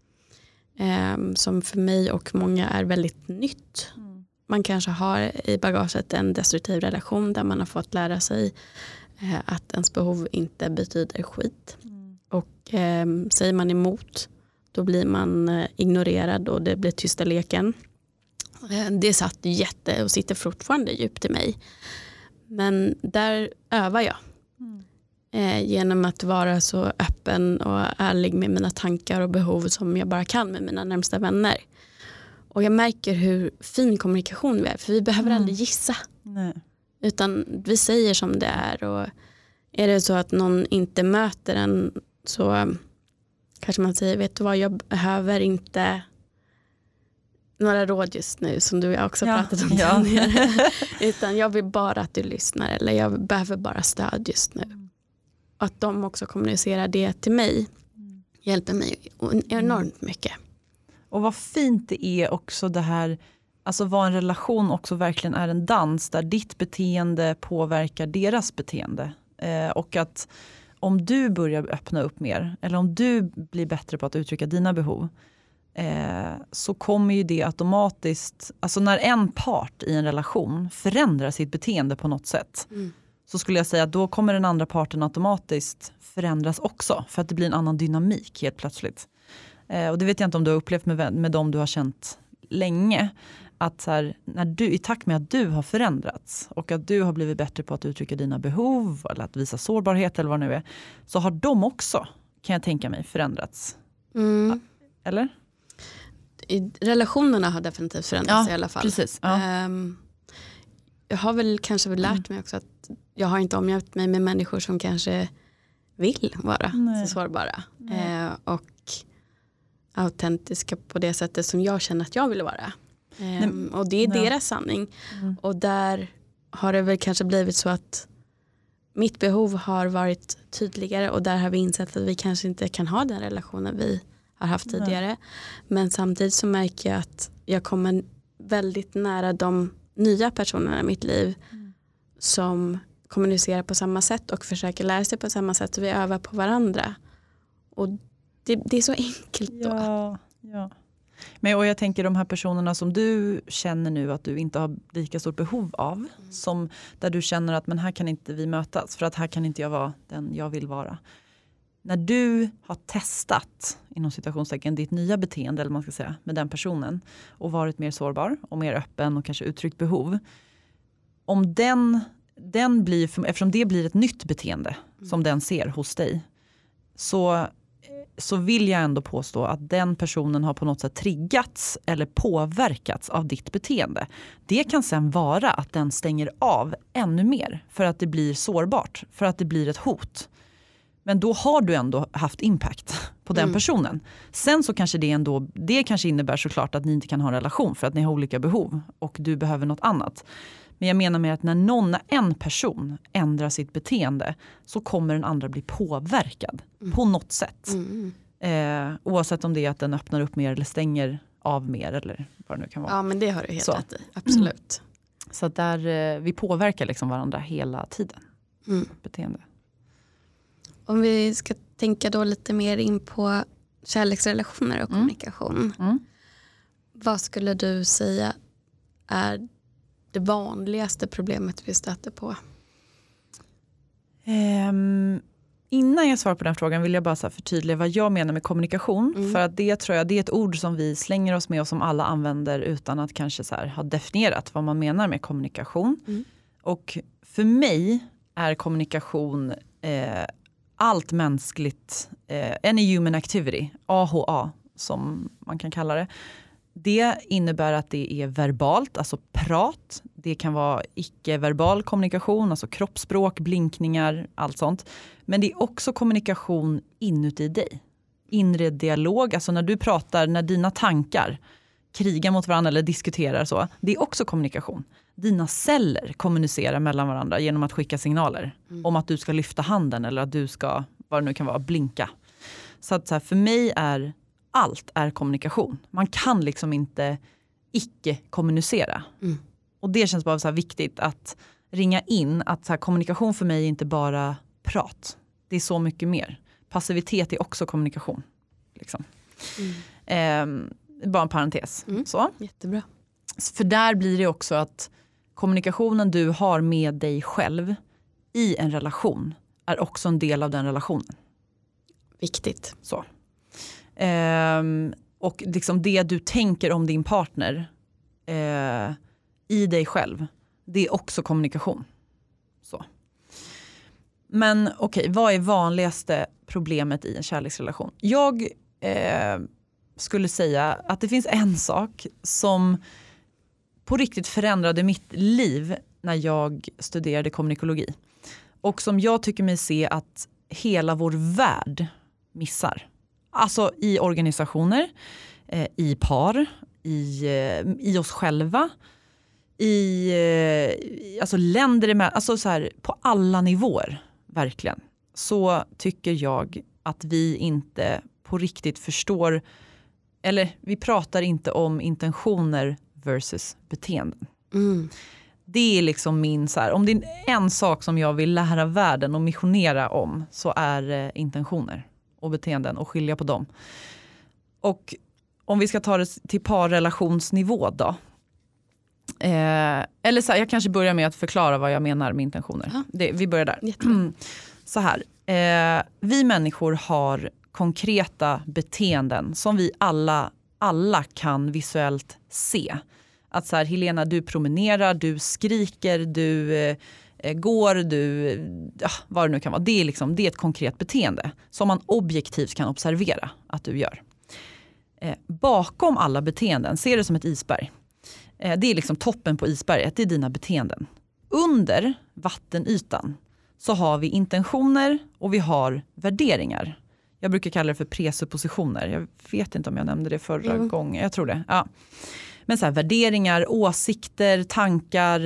Som för mig och många är väldigt nytt. Man kanske har i bagaget en destruktiv relation där man har fått lära sig att ens behov inte betyder skit. Och säger man emot, då blir man ignorerad och det blir tysta leken. Det satt och sitter fortfarande djupt i mig. Men där övar jag. Genom att vara så öppen och ärlig med mina tankar och behov som jag bara kan med mina närmsta vänner. Och jag märker hur fin kommunikation vi är. För vi behöver aldrig gissa.
Nej.
Utan vi säger som det är. Och är det så att någon inte möter en, så kanske man säger, vet du vad, jag behöver inte några råd just nu, som du och jag också pratat om tidigare. Utan jag vill bara att du lyssnar, eller jag behöver bara stöd just nu. Och att de också kommunicerar det till mig hjälper mig enormt mycket.
Och vad fint det är också det här, alltså vad en relation också verkligen är en dans där ditt beteende påverkar deras beteende. Och att om du börjar öppna upp mer, eller om du blir bättre på att uttrycka dina behov, så kommer ju det automatiskt, alltså när en part i en relation förändrar sitt beteende på något sätt, så skulle jag säga att då kommer den andra parten automatiskt förändras också, för att det blir en annan dynamik helt plötsligt. Och det vet jag inte om du har upplevt med dem du har känt länge, att så här, i takt med att du har förändrats och att du har blivit bättre på att uttrycka dina behov eller att visa sårbarhet eller vad det nu är, så har de också, kan jag tänka mig, förändrats. Eller?
Relationerna har definitivt förändrats i alla fall.
Precis. Ja.
Jag har väl kanske lärt mig också att jag har inte omgett mig med människor som kanske vill vara så sårbara. Och autentiska på det sättet som jag känner att jag vill vara. Och det är deras sanning. Och där har det väl kanske blivit så att mitt behov har varit tydligare och där har vi insett att vi kanske inte kan ha den relationen vi har haft tidigare. Men samtidigt så märker jag att jag kommer väldigt nära de nya personerna i mitt liv som kommunicerar på samma sätt och försöker lära sig på samma sätt och vi övar på varandra. Och det är så enkelt då.
Ja. Men och jag tänker de här personerna som du känner nu att du inte har lika stort behov av, som där du känner att men här kan inte vi mötas för att här kan inte jag vara den jag vill vara. När du har testat inom citationstecken ditt nya beteende eller man ska säga med den personen och varit mer sårbar och mer öppen och kanske uttryckt behov, om den blir, eftersom det blir ett nytt beteende som den ser hos dig, så vill jag ändå påstå att den personen har på något sätt triggats eller påverkats av ditt beteende. Det kan sen vara att den stänger av ännu mer för att det blir sårbart, för att det blir ett hot. Men då har du ändå haft impact på den personen. Sen så kanske det kanske innebär såklart att ni inte kan ha en relation för att ni har olika behov och du behöver något annat. Men jag menar med att när en person ändrar sitt beteende så kommer den andra bli påverkad på något sätt. Oavsett om det är att den öppnar upp mer eller stänger av mer eller vad det nu kan vara.
Ja, men det har du helt rätt i. Absolut.
Så att vi påverkar liksom varandra hela tiden. Beteende.
Om vi ska tänka då lite mer in på kärleksrelationer och kommunikation. Vad skulle du säga är det vanligaste problemet vi stöter på?
Innan jag svarar på den frågan vill jag bara så förtydliga vad jag menar med kommunikation. För att det tror jag det är ett ord som vi slänger oss med och som alla använder utan att kanske så här ha definierat vad man menar med kommunikation. Och för mig är kommunikation allt mänskligt, any human activity, AHA som man kan kalla det. Det innebär att det är verbalt, alltså prat. Det kan vara icke-verbal kommunikation, alltså kroppsspråk, blinkningar, allt sånt. Men det är också kommunikation inuti dig. Inre dialog, alltså när du pratar, när dina tankar krigar mot varandra eller diskuterar så. Det är också kommunikation. Dina celler kommunicerar mellan varandra genom att skicka signaler. Om att du ska lyfta handen eller att du ska, vad det nu kan vara, blinka. Så att så här, för mig är allt är kommunikation. Man kan liksom inte icke-kommunicera. Och det känns bara så här viktigt att ringa in att så här, kommunikation för mig är inte bara prat. Det är så mycket mer. Passivitet är också kommunikation. Liksom. Bara en parentes. Så.
Jättebra.
För där blir det också att kommunikationen du har med dig själv i en relation är också en del av den relationen.
Viktigt.
Så. Och liksom det du tänker om din partner i dig själv, det är också kommunikation. Så. Men okej, vad är vanligaste problemet i en kärleksrelation? Jag skulle säga att det finns en sak som på riktigt förändrade mitt liv när jag studerade kommunikologi. Och som jag tycker mig se att hela vår värld missar. Alltså i organisationer, i par, i oss själva, i alltså länder emellan, alltså så här, på alla nivåer verkligen. Så tycker jag att vi inte på riktigt förstår, eller vi pratar inte om intentioner versus beteenden. Det är liksom min så här, om det är en sak som jag vill lära världen och missionera om så är intentioner och beteenden och skilja på dem. Och om vi ska ta det till parrelationsnivå då. Eller så här, jag kanske börjar med att förklara vad jag menar med intentioner. Vi börjar där. Så här, vi människor har konkreta beteenden som vi alla kan visuellt se. Att så här, Helena, du promenerar, du skriker, du går, vad det nu kan vara. Det är ett konkret beteende som man objektivt kan observera att du gör. Bakom alla beteenden, se det som ett isberg. Det är liksom toppen på isberget, det är dina beteenden. Under vattenytan så har vi intentioner och vi har värderingar. Jag brukar kalla det för presuppositioner. Jag vet inte om jag nämnde det förra gången. Jag tror det. Ja. Men så här, värderingar, åsikter, tankar,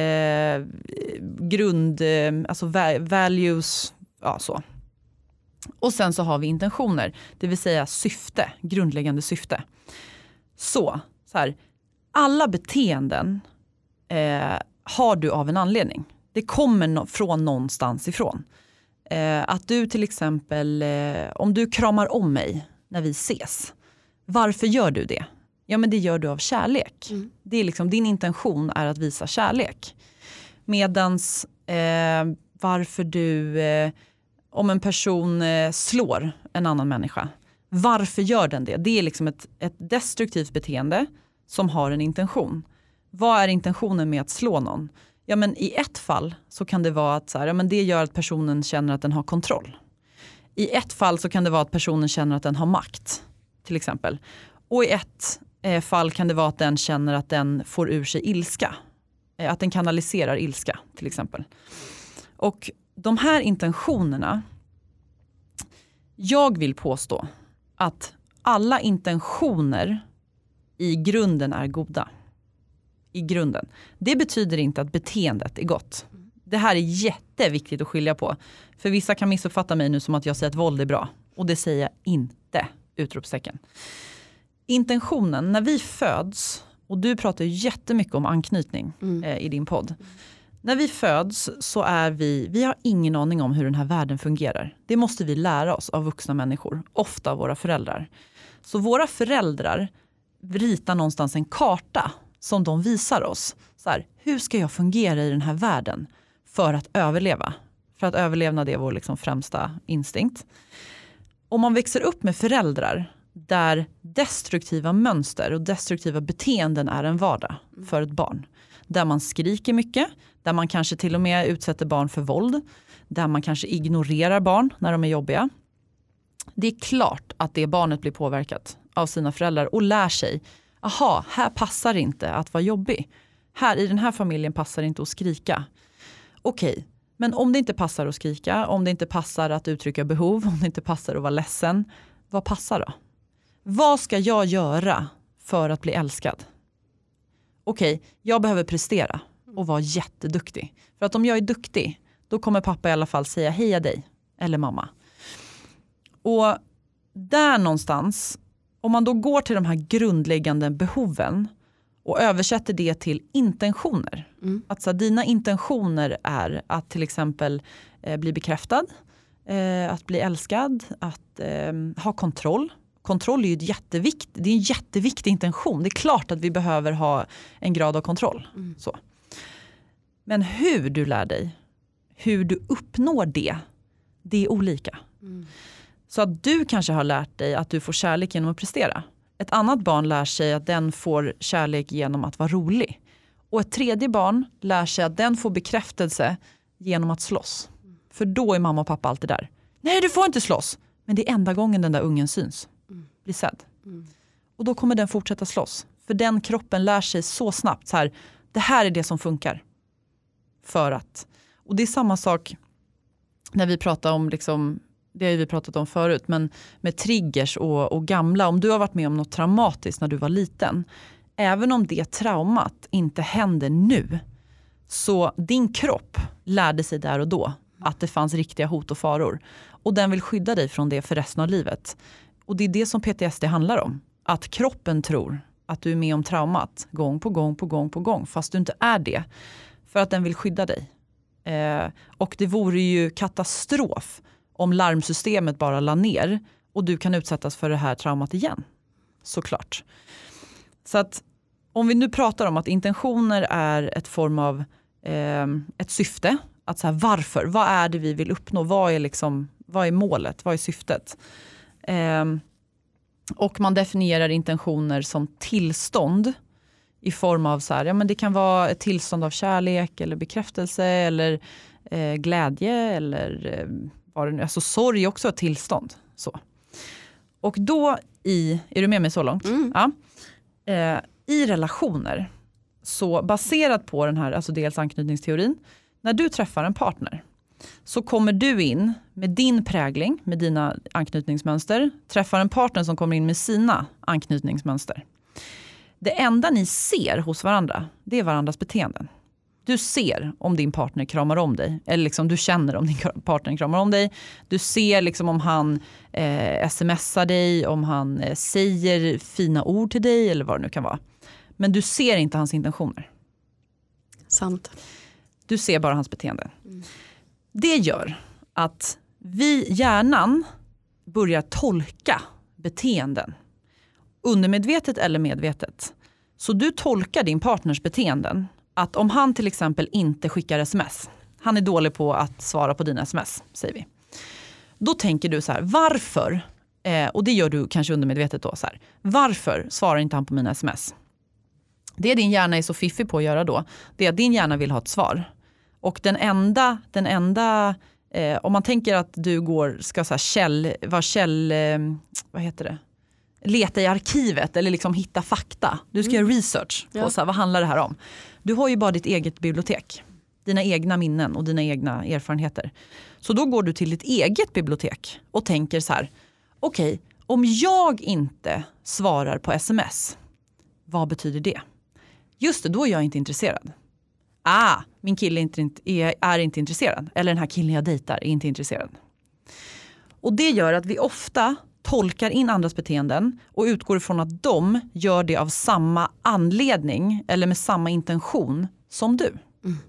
alltså values, ja så. Och sen så har vi intentioner, det vill säga syfte, grundläggande syfte. Så här, alla beteenden har du av en anledning. Det kommer från någonstans ifrån. Att du till exempel, om du kramar om mig när vi ses, varför gör du det? Ja, men det gör du av kärlek. Det är liksom, din intention är att visa kärlek. Medans varför du, om en person slår en annan människa, varför gör den det? Det är liksom ett destruktivt beteende som har en intention. Vad är intentionen med att slå någon? Ja, men i ett fall så kan det vara att så här, ja, men det gör att personen känner att den har kontroll. I ett fall så kan det vara att personen känner att den har makt, till exempel. Och i ett fall kan det vara att den känner att den får ur sig ilska. Att den kanaliserar ilska, till exempel. Och de här intentionerna, jag vill påstå att alla intentioner i grunden är goda. I grunden. Det betyder inte att beteendet är gott. Det här är jätteviktigt att skilja på. För vissa kan missuppfatta mig nu som att jag säger att våld är bra. Och det säger jag inte, utropstecken. Intentionen, när vi föds, och du pratar ju jättemycket om anknytning i din podd. När vi föds så är vi har ingen aning om hur den här världen fungerar. Det måste vi lära oss av vuxna människor, ofta våra föräldrar. Så våra föräldrar ritar någonstans en karta som de visar oss. Så här, hur ska jag fungera i den här världen för att överleva? För att överlevnad är vår liksom främsta instinkt. Om man växer upp med föräldrar där destruktiva mönster och destruktiva beteenden är en vardag för ett barn. Där man skriker mycket, där man kanske till och med utsätter barn för våld, där man kanske ignorerar barn när de är jobbiga. Det är klart att det barnet blir påverkat av sina föräldrar och lär sig, aha, här passar inte att vara jobbig. Här i den här familjen passar det inte att skrika. Okej, men om det inte passar att skrika, om det inte passar att uttrycka behov, om det inte passar att vara ledsen, vad passar då? Vad ska jag göra för att bli älskad? Okej, jag behöver prestera och vara jätteduktig. För att om jag är duktig, då kommer pappa i alla fall säga heja dig eller mamma. Och där någonstans, om man då går till de här grundläggande behoven och översätter det till intentioner. Att så, dina intentioner är att till exempel bli bekräftad, att bli älskad, att ha kontroll. Kontroll är ju det är en jätteviktig intention. Det är klart att vi behöver ha en grad av kontroll. Så. Men hur du lär dig, hur du uppnår det är olika. Så att du kanske har lärt dig att du får kärlek genom att prestera. Ett annat barn lär sig att den får kärlek genom att vara rolig. Och ett tredje barn lär sig att den får bekräftelse genom att slåss. För då är mamma och pappa alltid där. Nej, du får inte slåss. Men det är enda gången den där ungen syns. Blir sedd. Och då kommer den fortsätta slåss. För den kroppen lär sig så snabbt. Så här, det här är det som funkar. För att. Och det är samma sak när vi pratar om liksom, det har vi pratat om förut, men med triggers och gamla. Om du har varit med om något traumatiskt när du var liten, även om det traumat inte händer nu, så din kropp lärde sig där och då att det fanns riktiga hot och faror. Och den vill skydda dig från det för resten av livet. Och det är det som PTSD handlar om. Att kroppen tror att du är med om traumat gång på gång på gång på gång, fast du inte är det. För att den vill skydda dig. Och det vore ju katastrof om larmsystemet bara la ner och du kan utsättas för det här traumat igen. Såklart. Så att om vi nu pratar om att intentioner är ett form av ett syfte. Att så här, varför? Vad är det vi vill uppnå? Vad är målet? Vad är syftet? Och man definierar intentioner som tillstånd i form av så här, ja, men det kan vara ett tillstånd av kärlek eller bekräftelse eller glädje eller vad det nu är. Alltså sorg är också ett tillstånd. Så. Och då är du med mig så långt? Ja. I relationer, så baserat på den här, alltså dels anknytningsteorin, när du träffar en partner så kommer du in med din prägling, med dina anknytningsmönster, träffar en partner som kommer in med sina anknytningsmönster. Det enda ni ser hos varandra, det är varandras beteenden. Du ser om din partner kramar om dig. Eller liksom du känner om din partner kramar om dig. Du ser liksom om han smsar dig, om han säger fina ord till dig eller vad det nu kan vara. Men du ser inte hans intentioner.
Sant.
Du ser bara hans beteende. Det gör att hjärnan börjar tolka beteenden. Undermedvetet eller medvetet. Så du tolkar din partners beteenden. Att om han till exempel inte skickar sms. Han är dålig på att svara på dina sms, säger vi. Då tänker du så här, varför? Och det gör du kanske undermedvetet då. Så här, varför svarar inte han på mina sms? Det din hjärna är så fiffig på att göra då. Det är att din hjärna vill ha ett svar. Och den enda om man tänker att du ska så här vad heter det? Leta i arkivet eller liksom hitta fakta. Du ska göra research på så här, vad handlar det här om? Du har ju bara ditt eget bibliotek. Dina egna minnen och dina egna erfarenheter. Så då går du till ditt eget bibliotek och tänker så här, okej, om jag inte svarar på sms, vad betyder det? Just det, då är jag inte intresserad. Min kille är inte intresserad. Eller den här killen jag dejtar är inte intresserad. Och det gör att vi ofta tolkar in andras beteenden och utgår ifrån att de gör det av samma anledning eller med samma intention som du.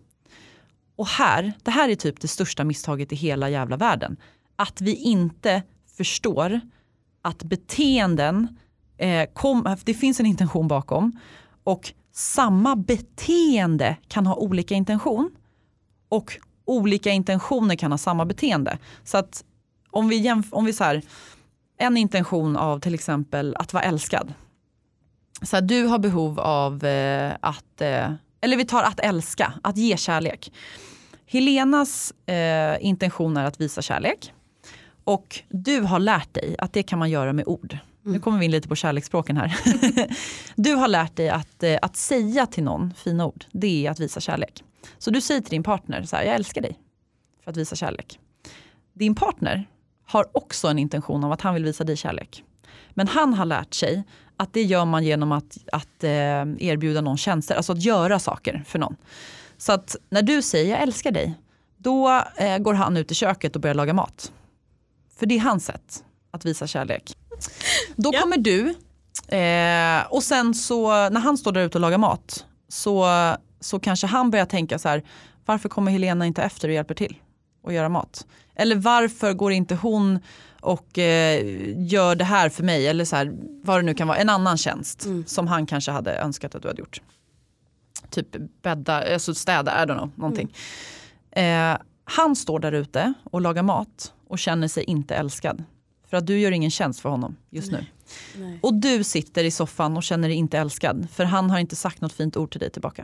Och det här är typ det största misstaget i hela jävla världen. Att vi inte förstår att beteenden, det finns en intention bakom och samma beteende kan ha olika intention och olika intentioner kan ha samma beteende. Så att om vi så här, en intention av till exempel att vara älskad. Så här, du har behov av eller vi tar att älska, att ge kärlek. Helenas intention är att visa kärlek. Och du har lärt dig att det kan man göra med ord. Nu kommer vi in lite på kärleksspråken här. Du har lärt dig att säga till någon fina ord. Det är att visa kärlek. Så du säger till din partner så här, jag älskar dig. För att visa kärlek. Din partner har också en intention av att han vill visa dig kärlek. Men han har lärt sig att det gör man genom att erbjuda någon tjänster. Alltså att göra saker för någon. Så att när du säger jag älskar dig. Då går han ut i köket och börjar laga mat. För det är hans sätt att visa kärlek. Då kommer du och sen så när han står där ute och lagar mat så kanske han börjar tänka så här, varför kommer Helena inte efter och hjälper till och göra mat? Eller varför går inte hon och gör det här för mig? Eller så här, vad det nu kan vara, en annan tjänst som han kanske hade önskat att du hade gjort. Typ bädda, alltså städa, I don't know, någonting. Han står där ute och lagar mat och känner sig inte älskad. För att du gör ingen tjänst för honom just nu. Nej. Och du sitter i soffan och känner dig inte älskad. För han har inte sagt något fint ord till dig tillbaka.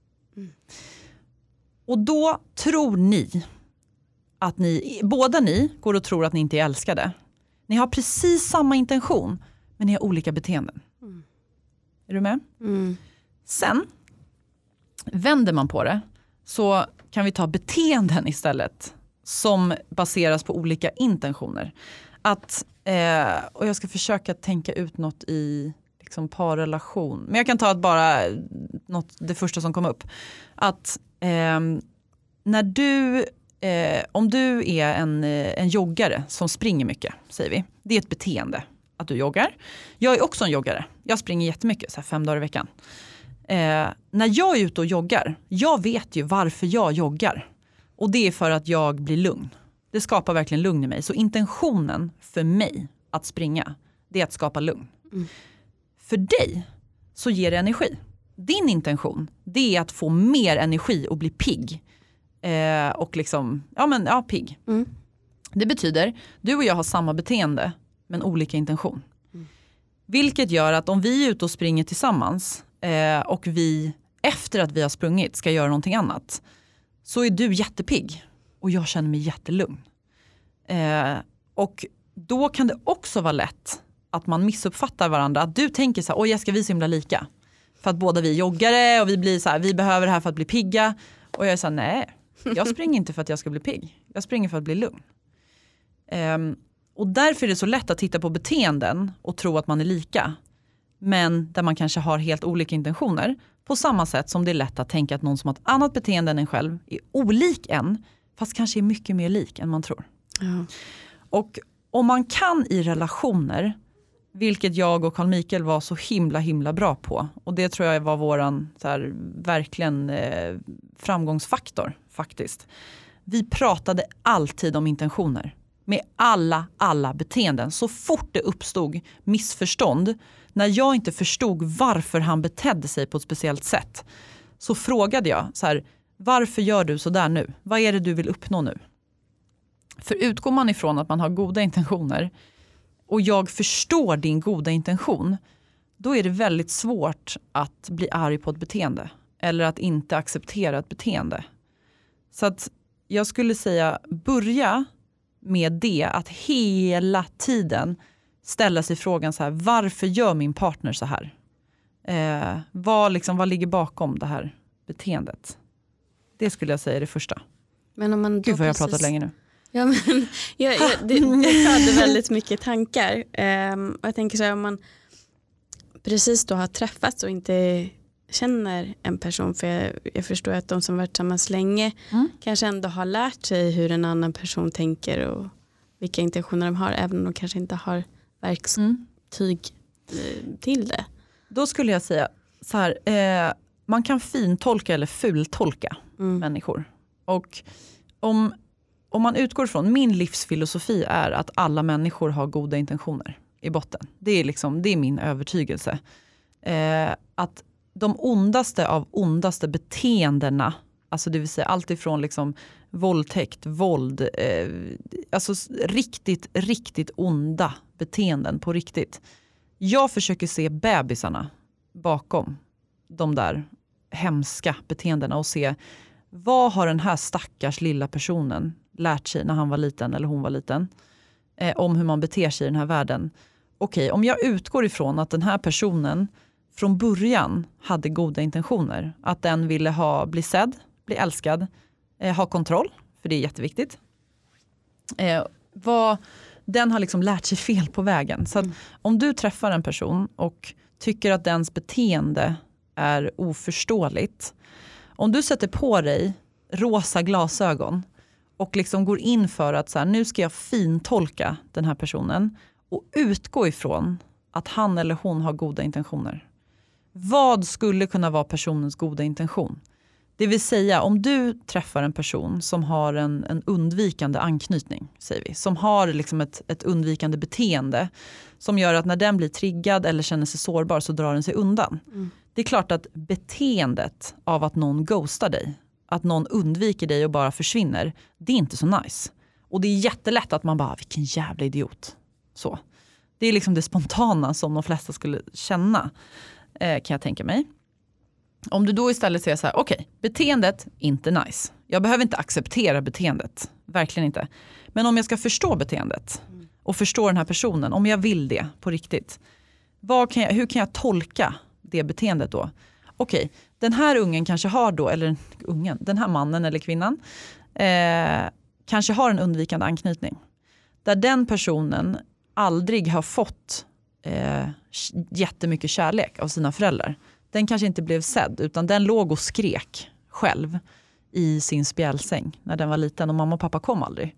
Och då tror ni att båda ni går och tror att ni inte är älskade. Ni har precis samma intention. Men ni har olika beteenden. Är du med? Sen vänder man på det. Så kan vi ta beteenden istället. Som baseras på olika intentioner. Och jag ska försöka tänka ut något i liksom parrelation. Men jag kan ta det första som kom upp. Att när du, om du är en joggare som springer mycket, säger vi. Det är ett beteende att du joggar. Jag är också en joggare. Jag springer jättemycket, så här 5 dagar i veckan. När jag är ute och joggar, jag vet ju varför jag joggar. Och det är för att jag blir lugn. Det skapar verkligen lugn i mig. Så intentionen för mig att springa, det är att skapa lugn. För dig så ger det energi. Din intention, det är att få mer energi och bli pigg. Och liksom, pigg. Det betyder, du och jag har samma beteende, men olika intention. Vilket gör att om vi är ute och springer tillsammans, och vi efter att vi har sprungit ska göra någonting annat, så är du jättepigg och jag känner mig jättelugn. Och då kan det också vara lätt att man missuppfattar varandra. Att du tänker så här, oj, ska vi simla lika? För att båda vi är joggare och vi blir så här, vi behöver det här för att bli pigga. Och jag är så här, nej, jag springer inte för att jag ska bli pigg. Jag springer för att bli lugn. Och därför är det så lätt att titta på beteenden och tro att man är lika. Men där man kanske har helt olika intentioner. På samma sätt som det är lätt att tänka att någon som har ett annat beteende än en själv är olik en, fast kanske är mycket mer lik än man tror.
Ja.
Och om man kan i relationer, vilket jag och Carl Mikael var så himla bra på, och det tror jag var våran så här, verkligen framgångsfaktor faktiskt. Vi pratade alltid om intentioner med alla beteenden. Så fort det uppstod missförstånd, när jag inte förstod varför han betedde sig på ett speciellt sätt, så frågade jag så här, varför gör du så där nu? Vad är det du vill uppnå nu? För utgår man ifrån att man har goda intentioner och jag förstår din goda intention, då är det väldigt svårt att bli arg på ett beteende eller att inte acceptera ett beteende. Så att jag skulle säga, börja med det, att hela tiden ställa sig frågan så här, varför gör min partner så här? Vad ligger bakom det här beteendet? Det skulle jag säga är det första.
Men om man då
Gud vad jag har pratat länge nu.
Ja, men det hade väldigt mycket tankar. Och jag tänker så här, om man precis då har träffats och inte känner en person, för jag förstår att de som varit tillsammans länge kanske ändå har lärt sig hur en annan person tänker och vilka intentioner de har, även om de kanske inte har verktyg till det.
Då skulle jag säga så här, man kan fintolka eller fultolka människor. Och om man utgår från, min livsfilosofi är att alla människor har goda intentioner i botten. Det är min övertygelse. Att de ondaste av ondaste beteendena, alltså det vill säga allt ifrån liksom våldtäkt, våld, alltså riktigt onda beteenden på riktigt. Jag försöker se bebisarna bakom de där hemska beteendena och se, vad har den här stackars lilla personen lärt sig när han var liten eller hon var liten om hur man beter sig i den här världen. Okej, om jag utgår ifrån att den här personen från början hade goda intentioner, att den ville bli sedd, bli älskad, ha kontroll, för det är jätteviktigt. Den har liksom lärt sig fel på vägen. Så att om du träffar en person och tycker att dens beteende är oförståeligt, om du sätter på dig rosa glasögon och liksom går in för att så här, nu ska jag fintolka den här personen och utgå ifrån att han eller hon har goda intentioner. Vad skulle kunna vara personens goda intention? Det vill säga, om du träffar en person som har en undvikande anknytning, säger vi, som har liksom ett undvikande beteende som gör att när den blir triggad eller känner sig sårbar så drar den sig undan. Det är klart att beteendet av att någon ghostar dig, att någon undviker dig och bara försvinner, det är inte så nice. Och det är jättelätt att man bara, vilken jävla idiot. Så. Det är liksom det spontana som de flesta skulle känna, kan jag tänka mig. Om du då istället säger så här, okej, beteendet, inte nice. Jag behöver inte acceptera beteendet, verkligen inte. Men om jag ska förstå beteendet och förstå den här personen, om jag vill det på riktigt, hur kan jag tolka det beteendet då? Okej, den här ungen kanske har då, eller den här mannen eller kvinnan kanske har en undvikande anknytning. Där den personen aldrig har fått jättemycket kärlek av sina föräldrar. Den kanske inte blev sedd, utan den låg och skrek själv i sin spjälsäng när den var liten och mamma och pappa kom aldrig.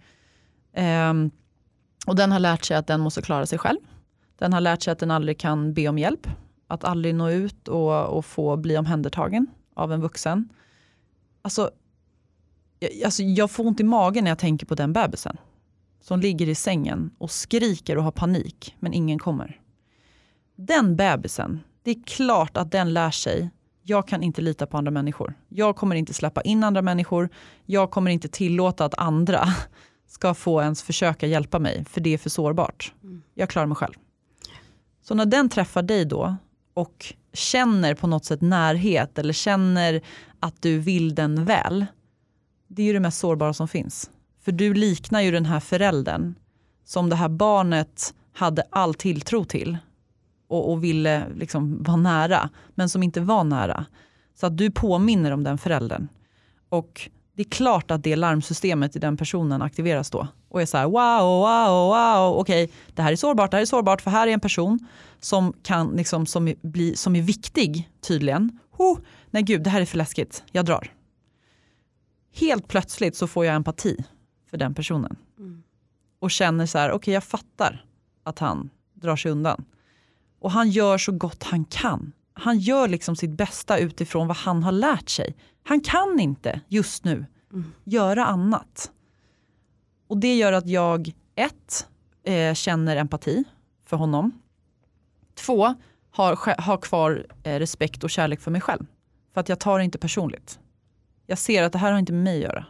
Och den har lärt sig att den måste klara sig själv. Den har lärt sig att den aldrig kan be om hjälp. Att aldrig nå ut och få bli omhändertagen av en vuxen. Alltså, jag får ont i magen när jag tänker på den bebisen. Som ligger i sängen och skriker och har panik, men ingen kommer. Den bebisen, det är klart att den lär sig, jag kan inte lita på andra människor. Jag kommer inte släppa in andra människor. Jag kommer inte tillåta att andra ska få ens försöka hjälpa mig, för det är för sårbart. Jag klarar mig själv. Så när den träffar dig då och känner på något sätt närhet eller känner att du vill den väl, det är ju det mest sårbara som finns. För du liknar ju den här föräldern som det här barnet hade all tilltro till och ville liksom vara nära, men som inte var nära. Så att du påminner om den föräldern. Och det är klart att det larmsystemet i den personen aktiveras då. Och är så här, wow, okej, det här är sårbart för här är en person som kan liksom, som är viktig tydligen. Nej gud, det här är för läskigt, jag drar. Helt plötsligt så får jag empati för den personen. Och känner så här, okej, jag fattar att han drar sig undan. Och han gör så gott han kan. Han gör liksom sitt bästa utifrån vad han har lärt sig. Han kan inte just nu göra annat. Och det gör att jag känner empati för honom. 2, har kvar respekt och kärlek för mig själv. För att jag tar det inte personligt. Jag ser att det här har inte med mig att göra.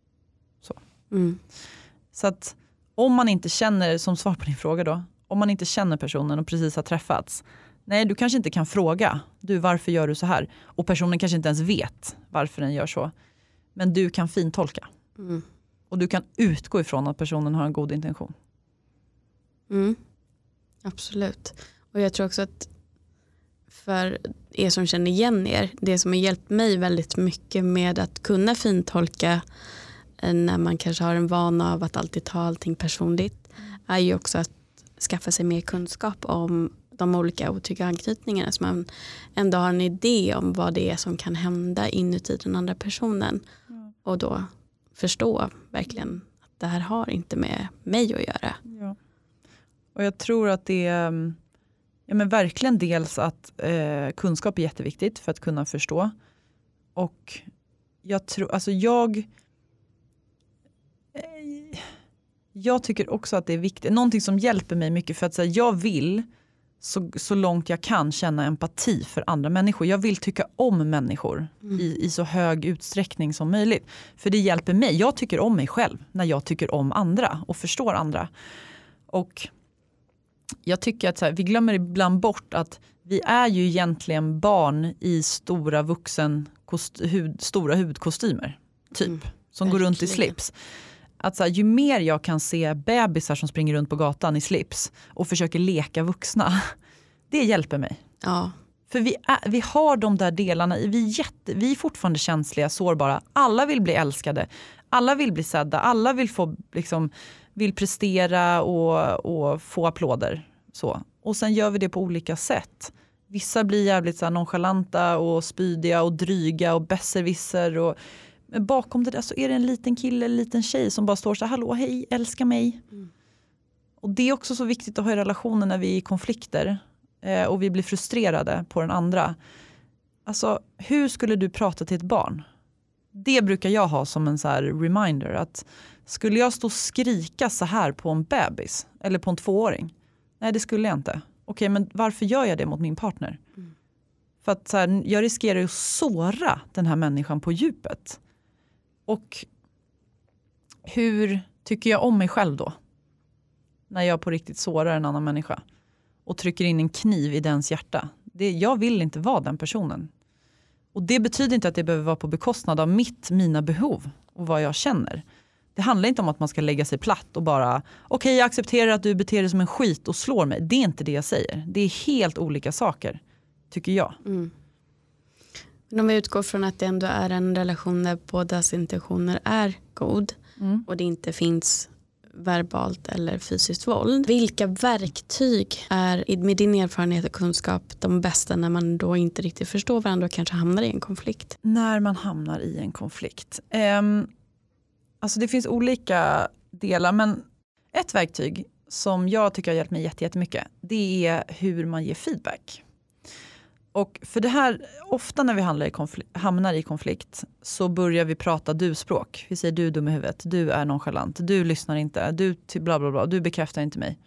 Så att om man inte känner, som svar på din fråga då, om man inte känner personen och precis har träffats, nej, du kanske inte kan fråga, varför gör du så här? Och personen kanske inte ens vet varför den gör så. Men du kan fintolka. Och du kan utgå ifrån att personen har en god intention.
Absolut. Och jag tror också att för er som känner igen er, det som har hjälpt mig väldigt mycket med att kunna fintolka när man kanske har en vana av att alltid ta allting personligt, är ju också att skaffa sig mer kunskap om de olika otrygga anknytningarna, så man ändå har en idé om vad det är som kan hända inuti den andra personen. Och då förstå verkligen att det här har inte med mig att göra.
Ja. Och jag tror att det är men verkligen dels att kunskap är jätteviktigt för att kunna förstå. Och jag tror, alltså jag tycker också att det är viktigt. Någonting som hjälper mig mycket, för att säga, jag vill så långt jag kan känna empati för andra människor. Jag vill tycka om människor i så hög utsträckning som möjligt. För det hjälper mig. Jag tycker om mig själv när jag tycker om andra och förstår andra. Och jag tycker att så här, vi glömmer ibland bort att vi är ju egentligen barn i stora stora hudkostymer typ, som går runt i slips. Att så här, ju mer jag kan se bebisar som springer runt på gatan i slips och försöker leka vuxna, det hjälper mig.
Ja.
För vi har de där delarna, vi är fortfarande känsliga, sårbara. Alla vill bli älskade, alla vill bli sedda, alla vill få vill prestera och få applåder. Så. Och sen gör vi det på olika sätt. Vissa blir jävligt så här nonchalanta och spydiga och dryga och besserwisser. Men bakom det där så är det en liten kille, en liten tjej som bara står så här, hallå, hej, älska mig. Och det är också så viktigt att ha i relationer när vi är i konflikter och vi blir frustrerade på den andra. Alltså, hur skulle du prata till ett barn? Det brukar jag ha som en så här reminder, att skulle jag stå och skrika så här på en bebis eller på en 2-åring? Nej, det skulle jag inte. Okej, men varför gör jag det mot min partner? För att så här, jag riskerar att såra den här människan på djupet. Och hur tycker jag om mig själv då? När jag på riktigt sårar en annan människa och trycker in en kniv i dens hjärta. Jag vill inte vara den personen. Och det betyder inte att det behöver vara på bekostnad av mina behov och vad jag känner. Det handlar inte om att man ska lägga sig platt och bara okej, jag accepterar att du beter dig som en skit och slår mig. Det är inte det jag säger. Det är helt olika saker, tycker jag.
Men om vi utgår från att det ändå är en relation där bådas intentioner är god och det inte finns verbalt eller fysiskt våld. Vilka verktyg är med din erfarenhet och kunskap de bästa när man då inte riktigt förstår varandra och kanske hamnar i en konflikt?
När man hamnar i en konflikt. Alltså det finns olika delar, men ett verktyg som jag tycker har hjälpt mig jättemycket, det är hur man ger feedback. Och för det här, ofta när vi hamnar i konflikt så börjar vi prata du-språk. Vi säger du är dum i huvudet, du är nonchalant, du lyssnar inte, du bla bla bla, du bekräftar inte mig.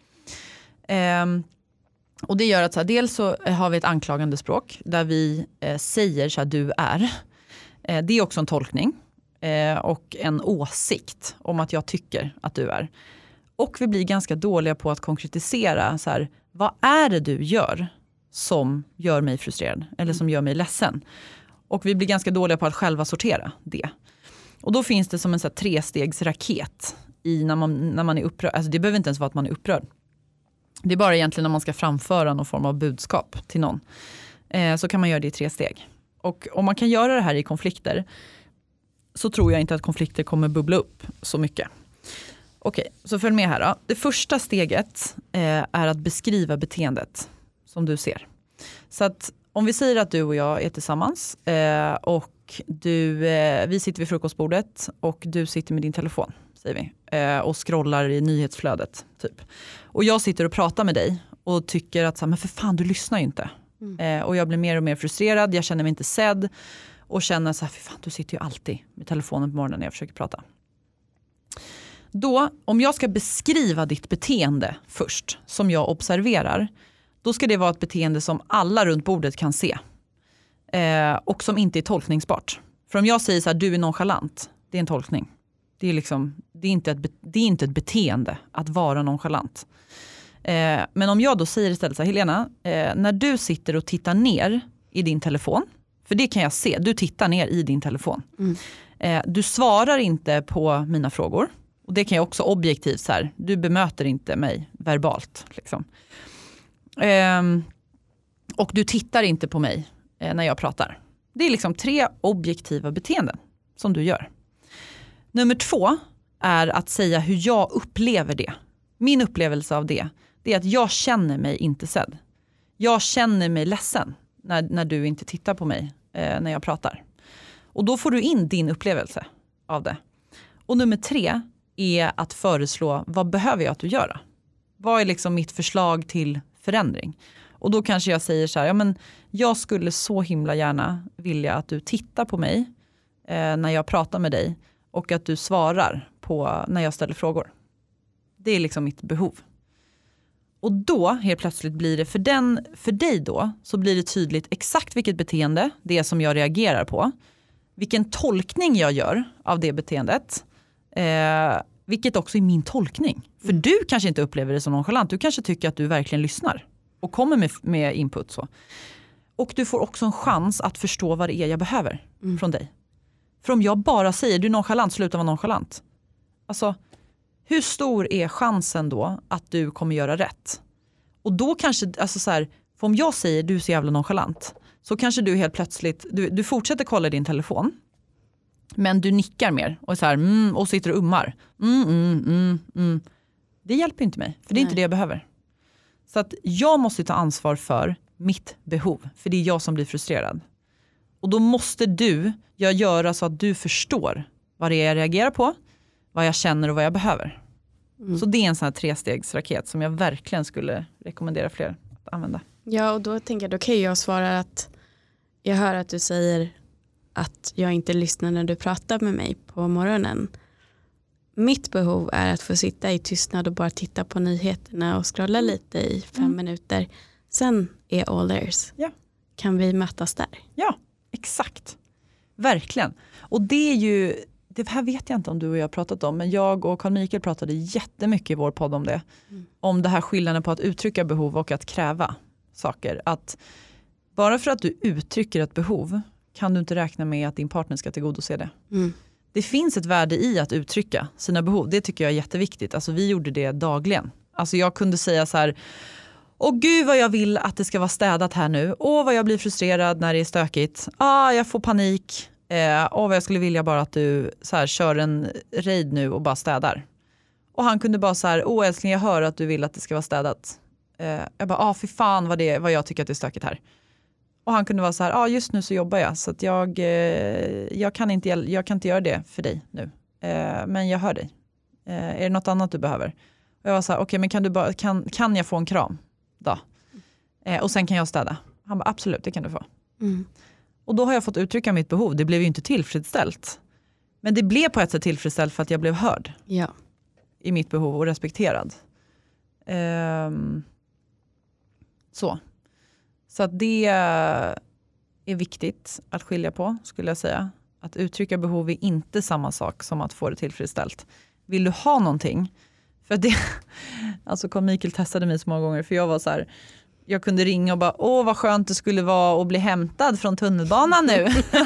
Och det gör att så här, dels så har vi ett anklagande språk där vi säger så här, du är. Det är också en tolkning och en åsikt om att jag tycker att du är. Och vi blir ganska dåliga på att konkretisera så här, vad är det du gör som gör mig frustrerad eller som gör mig ledsen. Och vi blir ganska dåliga på att själva sortera det. Och då finns det som en så här 3-stegsraket i när man är upprörd. Alltså det behöver inte ens vara att man är upprörd. Det är bara egentligen när man ska framföra någon form av budskap till någon. Så kan man göra det i 3 steg. Och om man kan göra det här i konflikter så tror jag inte att konflikter kommer bubbla upp så mycket. Okej, så följ med här då. Det första steget är att beskriva beteendet som du ser. Så att om vi säger att du och jag är tillsammans och vi sitter vid frukostbordet och du sitter med din telefon, säger vi, och scrollar i nyhetsflödet typ. Och jag sitter och pratar med dig och tycker att men för fan, du lyssnar ju inte. Och jag blir mer och mer frustrerad, jag känner mig inte sedd och känner så här, för fan, du sitter ju alltid med telefonen på morgonen när jag försöker prata. Då, om jag ska beskriva ditt beteende först, som jag observerar, då ska det vara ett beteende som alla runt bordet kan se. Och som inte är tolkningsbart. För om jag säger så här, du är nonchalant, det är en tolkning. Det är inte ett beteende att vara nonchalant. Men om jag då säger istället så här, Helena, när du sitter och tittar ner i din telefon, för det kan jag se, du tittar ner i din telefon. Du svarar inte på mina frågor. Och det kan jag också objektivt så här, du bemöter inte mig verbalt. Liksom. Och du tittar inte på mig när jag pratar. Det är liksom 3 objektiva beteenden som du gör. Nummer 2 är att säga hur jag upplever det. Min upplevelse av det är att jag känner mig inte sedd. Jag känner mig ledsen när du inte tittar på mig när jag pratar. Och då får du in din upplevelse av det. Och nummer 3 är att föreslå, vad behöver jag att du göra? Vad är liksom mitt förslag till förändring? Och då kanske jag säger så här, ja men jag skulle så himla gärna vilja att du tittar på mig när jag pratar med dig och att du svarar på när jag ställer frågor. Det är liksom mitt behov. Och då helt plötsligt blir det för dig då så blir det tydligt exakt vilket beteende det är som jag reagerar på. Vilken tolkning jag gör av det beteendet. Vilket också är min tolkning. För du kanske inte upplever det som nonchalant. Du kanske tycker att du verkligen lyssnar. Och kommer med input så. Och du får också en chans att förstå vad det är jag behöver från dig. För om jag bara säger, du är nonchalant, sluta vara nonchalant. Alltså, hur stor är chansen då att du kommer göra rätt? Och då kanske, alltså så här, för om jag säger du är så jävla nonchalant. Så kanske du helt plötsligt, du fortsätter kolla din telefon. Men du nickar mer och så här, och sitter och ummar. Det hjälper inte mig, för det är inte det jag behöver. Så att jag måste ta ansvar för mitt behov, för det är jag som blir frustrerad. Och då måste jag göra så att du förstår vad det är jag reagerar på, vad jag känner och vad jag behöver. Så det är en sån här 3-stegsraket som jag verkligen skulle rekommendera fler att använda.
Ja, och då tänker jag, då kan jag svara att jag hör att du säger att jag inte lyssnar när du pratar med mig på morgonen. Mitt behov är att få sitta i tystnad och bara titta på nyheterna och scrolla lite i 5 minuter. Sen är all theirs.
Ja.
Kan vi mötas där?
Ja, exakt. Verkligen. Och det är ju, det här vet jag inte om du och jag har pratat om, men jag och Carl Mikael pratade jättemycket i vår podd om det. Om det här skillnaden på att uttrycka behov och att kräva saker. Att bara för att du uttrycker ett behov kan du inte räkna med att din partner ska tillgodose det. Det finns ett värde i att uttrycka sina behov. Det tycker jag är jätteviktigt. Alltså vi gjorde det dagligen. Alltså jag kunde säga så här, åh gud vad jag vill att det ska vara städat här nu. Åh vad jag blir frustrerad när det är stökigt. Jag får panik. Vad jag skulle vilja bara att du så här, kör en raid nu och bara städar. Och han kunde bara så här, åh älskling jag hör att du vill att det ska vara städat. Jag bara, fy fan vad jag tycker att det är stökigt här. Och han kunde vara så här, just nu så jobbar jag så att jag kan inte göra det för dig nu. Men jag hör dig. Är det något annat du behöver? Och jag var så här, okej, men kan jag få en kram då? Och sen kan jag städa. Han bara, absolut, det kan du få. Och då har jag fått uttrycka mitt behov. Det blev ju inte tillfredsställt. Men det blev på ett sätt tillfredsställt för att jag blev hörd.
Ja.
I mitt behov och respekterad. Så att det är viktigt att skilja på, skulle jag säga. Att uttrycka behov är inte samma sak som att få det tillfredsställt. Vill du ha någonting? För det, alltså Carl Mikael testade mig så många gånger. För jag var så här, jag kunde ringa och bara, vad skönt det skulle vara att bli hämtad från tunnelbanan nu.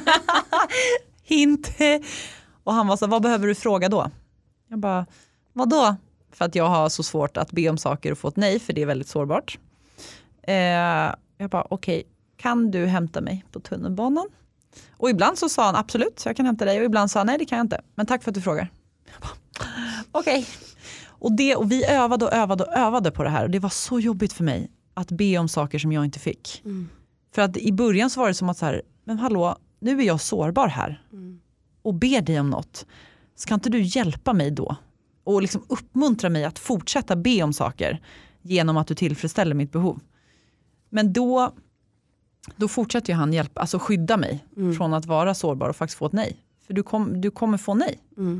Hint. Och han var så, vad behöver du fråga då? Jag bara, vad då? För att jag har så svårt att be om saker och få ett nej, för det är väldigt sårbart. Jag bara, okej, kan du hämta mig på tunnelbanan? Och ibland så sa han, absolut, jag kan hämta dig. Och ibland sa han, nej det kan jag inte. Men tack för att du frågar. Okej. Och vi övade på det här. Och det var så jobbigt för mig att be om saker som jag inte fick. För att i början så var det som att så här, men hallå, nu är jag sårbar här. Och ber dig om något. Ska inte du hjälpa mig då? Och liksom uppmuntra mig att fortsätta be om saker genom att du tillfredsställer mitt behov. Men då fortsätter ju han hjälpa, alltså skydda mig från att vara sårbar och faktiskt få ett nej. För du kommer få nej.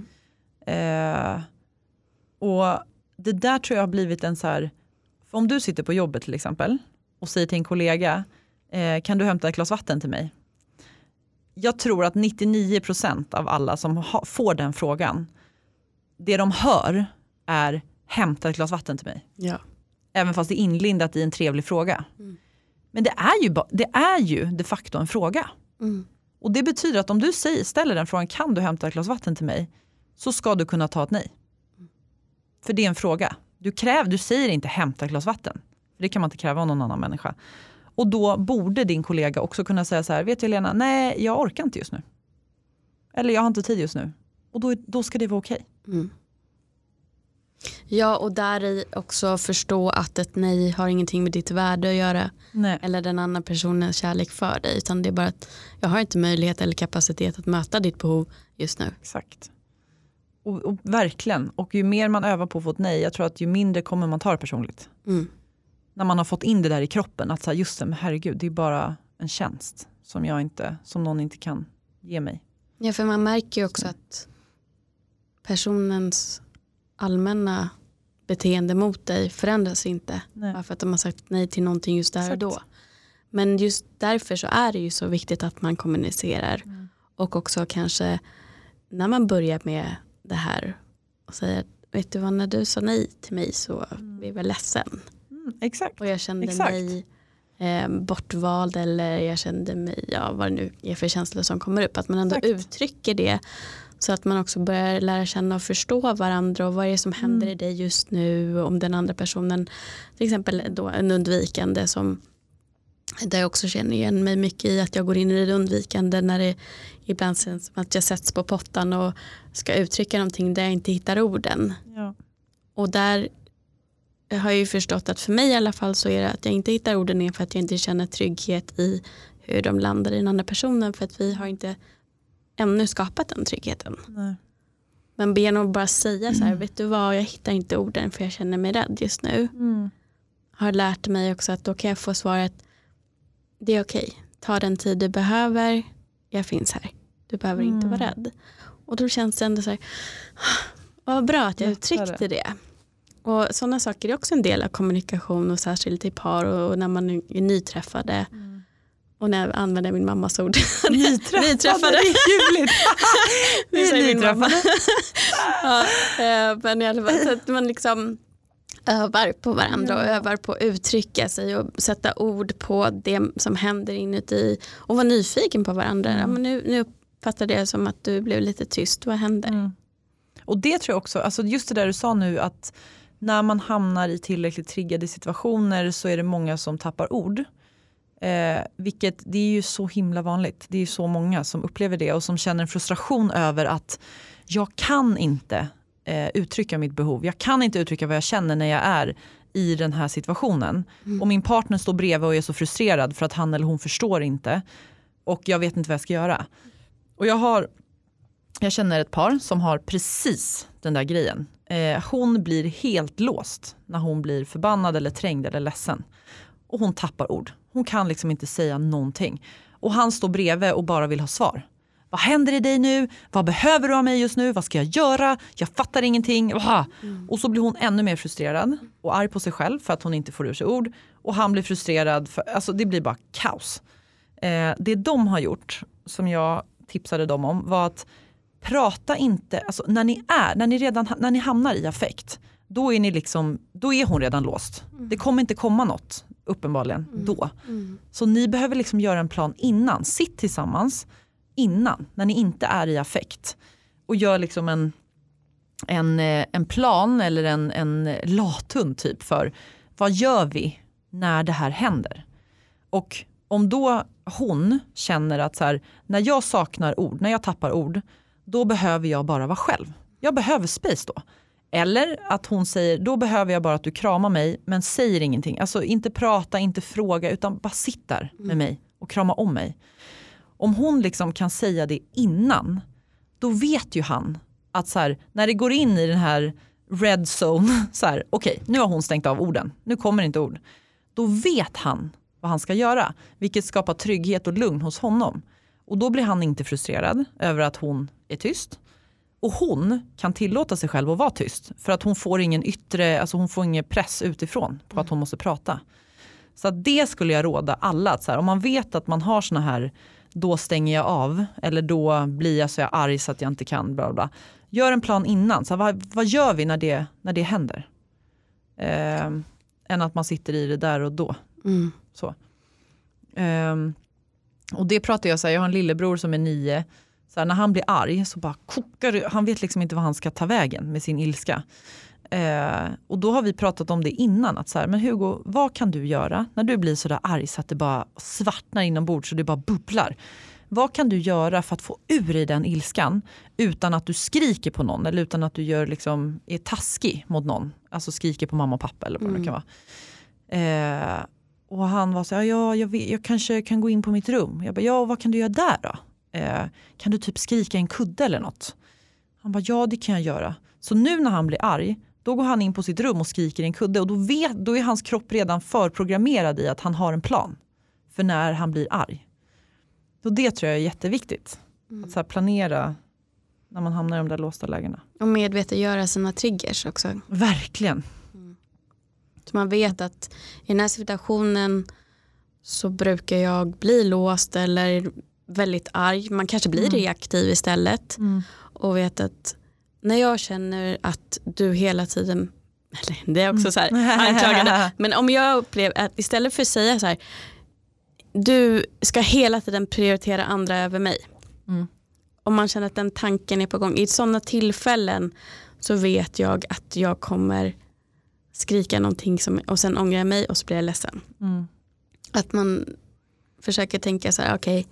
Och det där tror jag har blivit en så här, för om du sitter på jobbet till exempel och säger till en kollega, kan du hämta ett glas vatten till mig? Jag tror att 99% av alla som får den frågan, det de hör är hämta ett glas vatten till mig.
Ja.
Även fast det är inlindat i en trevlig fråga. Men det är ju de facto en fråga. Och det betyder att om du ställer den frågan, kan du hämta ett glas vatten till mig? Så ska du kunna ta ett nej. För det är en fråga. Du säger inte hämta ett glas vatten. För det kan man inte kräva av någon annan människa. Och då borde din kollega också kunna säga så här, vet du Helena, nej jag orkar inte just nu. Eller jag har inte tid just nu. Och då ska det vara okej.
Ja, och där i också förstå att ett nej har ingenting med ditt värde att göra.
Nej.
Eller den andra personens kärlek för dig. Utan det är bara att jag har inte möjlighet eller kapacitet att möta ditt behov just nu.
Exakt. Och verkligen. Och ju mer man övar på att få ett nej, jag tror att ju mindre kommer man ta det personligt. När man har fått in det där i kroppen. Att så här, just det, men herregud, det är bara en tjänst som någon inte kan ge mig.
Ja, för man märker ju också att personens allmänna beteende mot dig förändras inte. Bara för att de har sagt nej till någonting just där och då. Men just därför så är det ju så viktigt att man kommunicerar. Och också kanske när man börjar med det här och säger, vet du vad, när du sa nej till mig så blev jag ledsen.
Exakt.
Och jag kände mig bortvald eller jag kände mig, vad det nu är för känslor som kommer upp. Att man ändå uttrycker det så att man också börjar lära känna och förstå varandra och vad är det som händer i dig just nu. Om den andra personen, till exempel då en undvikande som där jag också känner igen mig mycket i att jag går in i det undvikande när det ibland känns som att jag sätts på pottan och ska uttrycka någonting där jag inte hittar orden.
Ja.
Och där har jag ju förstått att för mig i alla fall så är det att jag inte hittar orden är för att jag inte känner trygghet i hur de landar i den andra personen, för att vi har inte ännu skapat den tryggheten.
Nej.
Men genom att bara säga så här, vet du vad, jag hittar inte orden för jag känner mig rädd just nu. Har lärt mig också att då kan jag få svaret, det är okej. Ta den tid du behöver, jag finns här. Du behöver inte vara rädd. Och då känns det ändå så här, vad bra att jag uttryckte det. Och sådana saker är också en del av kommunikation och särskilt i par och när man är nyträffade. Och när jag använder min mammas ord.
Nyträffade. Det är kul.
Det säger min mamma. Men i alla fall så att man liksom övar på varandra och övar på att uttrycka sig och sätta ord på det som händer inuti och vara nyfiken på varandra. Ja, men nu uppfattar det som att du blev lite tyst. Vad händer?
Och det tror jag också, alltså just det där du sa nu, att när man hamnar i tillräckligt triggade situationer så är det många som tappar ord. Vilket det är ju så himla vanligt. Det är ju så många som upplever det och som känner en frustration över att jag kan inte uttrycka mitt behov. Jag kan inte uttrycka vad jag känner när jag är i den här situationen. Och min partner står bredvid och är så frustrerad för att han eller hon förstår inte. Och jag vet inte vad jag ska göra. Och jag känner ett par som har precis den där grejen. Hon blir helt låst när hon blir förbannad eller trängd eller ledsen. Och hon tappar ord. Hon kan liksom inte säga någonting. Och han står bredvid och bara vill ha svar. Vad händer i dig nu? Vad behöver du av mig just nu? Vad ska jag göra? Jag fattar ingenting. Och så blir hon ännu mer frustrerad och arg på sig själv för att hon inte får ur sig ord. Och han blir frustrerad. Alltså det blir bara kaos. Det de har gjort, som jag tipsade dem om, var att prata inte, alltså när ni hamnar i affekt, då är hon redan låst. Det kommer inte komma något. uppenbarligen då. Så ni behöver liksom göra en plan innan. Sitt tillsammans innan, när ni inte är i affekt. Och gör liksom en plan eller en lathund typ för vad gör vi när det här händer. Och om då hon känner att så här, när jag saknar ord, när jag tappar ord, då behöver jag bara vara själv. Jag behöver space då. Eller att hon säger, då behöver jag bara att du kramar mig men säger ingenting. Alltså inte prata, inte fråga utan bara sitt där med mig och krama om mig. Om hon liksom kan säga det innan, då vet ju han att så här, när det går in i den här red zone, så här, okej, nu har hon stängt av orden, nu kommer inte ord. Då vet han vad han ska göra, vilket skapar trygghet och lugn hos honom. Och då blir han inte frustrerad över att hon är tyst. Och hon kan tillåta sig själv att vara tyst. För att hon får ingen alltså hon får ingen press utifrån på att hon måste prata. Så att det skulle jag råda alla. Att så här, om man vet att man har såna här, då stänger jag av. Eller då blir jag så jag arg så att jag inte kan. Bla bla. Gör en plan innan. Så här, vad gör vi när det händer? Än att man sitter i det där och då. Så. Och det pratar jag så här, jag har en lillebror som är 9. Så här, när han blir arg så bara kokar det. Han vet liksom inte vad han ska ta vägen med sin ilska. Och då har vi pratat om det innan. Att så här, men Hugo, vad kan du göra när du blir så där arg så att det bara svartnar inombords så det bara bubblar? Vad kan du göra för att få ur i den ilskan utan att du skriker på någon eller utan att du gör liksom, är taskig mot någon? Alltså skriker på mamma och pappa eller vad det kan vara. Och han var så här, jag kanske kan gå in på mitt rum. Jag bara, vad kan du göra där då? Kan du typ skrika i en kudde eller något? Han bara, ja det kan jag göra. Så nu när han blir arg, då går han in på sitt rum och skriker i en kudde. Och då är hans kropp redan förprogrammerad i att han har en plan. För när han blir arg. Så det tror jag är jätteviktigt. Att så här planera när man hamnar i de där låsta lägena.
Och medvetet göra sina triggers också.
Verkligen.
Så man vet att i den här situationen så brukar jag bli låst eller väldigt arg. Man kanske blir reaktiv istället. Och vet att när jag känner att du hela tiden, eller det är också så här anklagande, men om jag upplever att istället för att säga så här, du ska hela tiden prioritera andra över mig. Om man känner att den tanken är på gång. I sådana tillfällen så vet jag att jag kommer skrika någonting och sen ångrar jag mig och så blir jag ledsen. Att man försöker tänka så här, okej,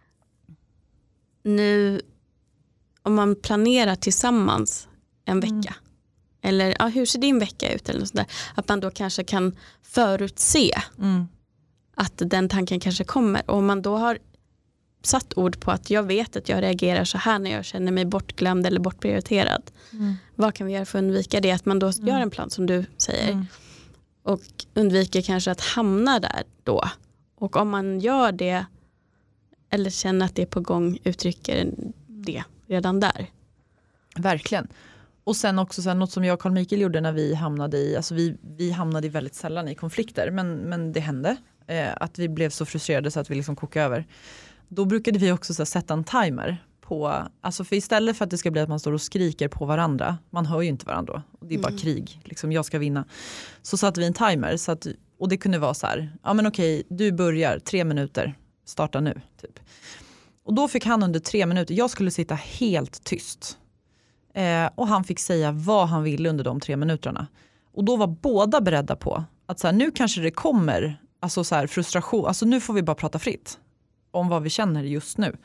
nu om man planerar tillsammans en vecka eller hur ser din vecka ut eller något sånt där, att man då kanske kan förutse att den tanken kanske kommer, och om man då har satt ord på att jag vet att jag reagerar så här när jag känner mig bortglömd eller bortprioriterad. Vad kan vi göra för att undvika det? Att man då gör en plan som du säger och undviker kanske att hamna där då. Och om man gör det eller känner att det är på gång, uttrycker det redan där.
Verkligen. Och sen också så här, något som jag och Carl Mikael gjorde när vi hamnade i, alltså vi hamnade väldigt sällan i konflikter, men det hände att vi blev så frustrerade så att vi liksom kokade över. Då brukade vi också så här, sätta en timer på, alltså för istället för att det ska bli att man står och skriker på varandra, man hör ju inte varandra, och det är bara krig, liksom jag ska vinna. Så satte vi en timer så att, och det kunde vara så här, ja men okej, du börjar 3 minuter, starta nu typ. Och då fick han under 3 minuter, jag skulle sitta helt tyst. Och han fick säga vad han ville under de 3 minuterna. Och då var båda beredda på att så här, nu kanske det kommer alltså så här, frustration, alltså nu får vi bara prata fritt om vad vi känner just nu.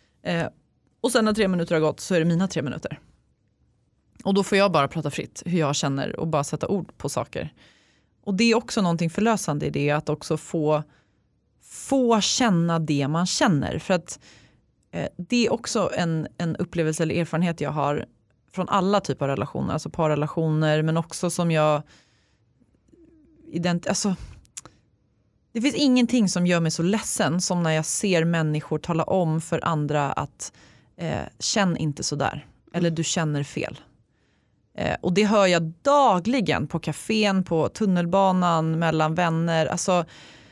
Och sen när 3 minuter har gått så är det mina 3 minuter. Och då får jag bara prata fritt hur jag känner och bara sätta ord på saker. Och det är också någonting förlösande i det, att också få känna det man känner. För att det är också en upplevelse eller erfarenhet jag har från alla typer av relationer. Alltså parrelationer, men också som jag alltså, det finns ingenting som gör mig så ledsen som när jag ser människor tala om för andra att känn inte så där. Eller du känner fel. Och det hör jag dagligen på kafén, på tunnelbanan, mellan vänner. Alltså,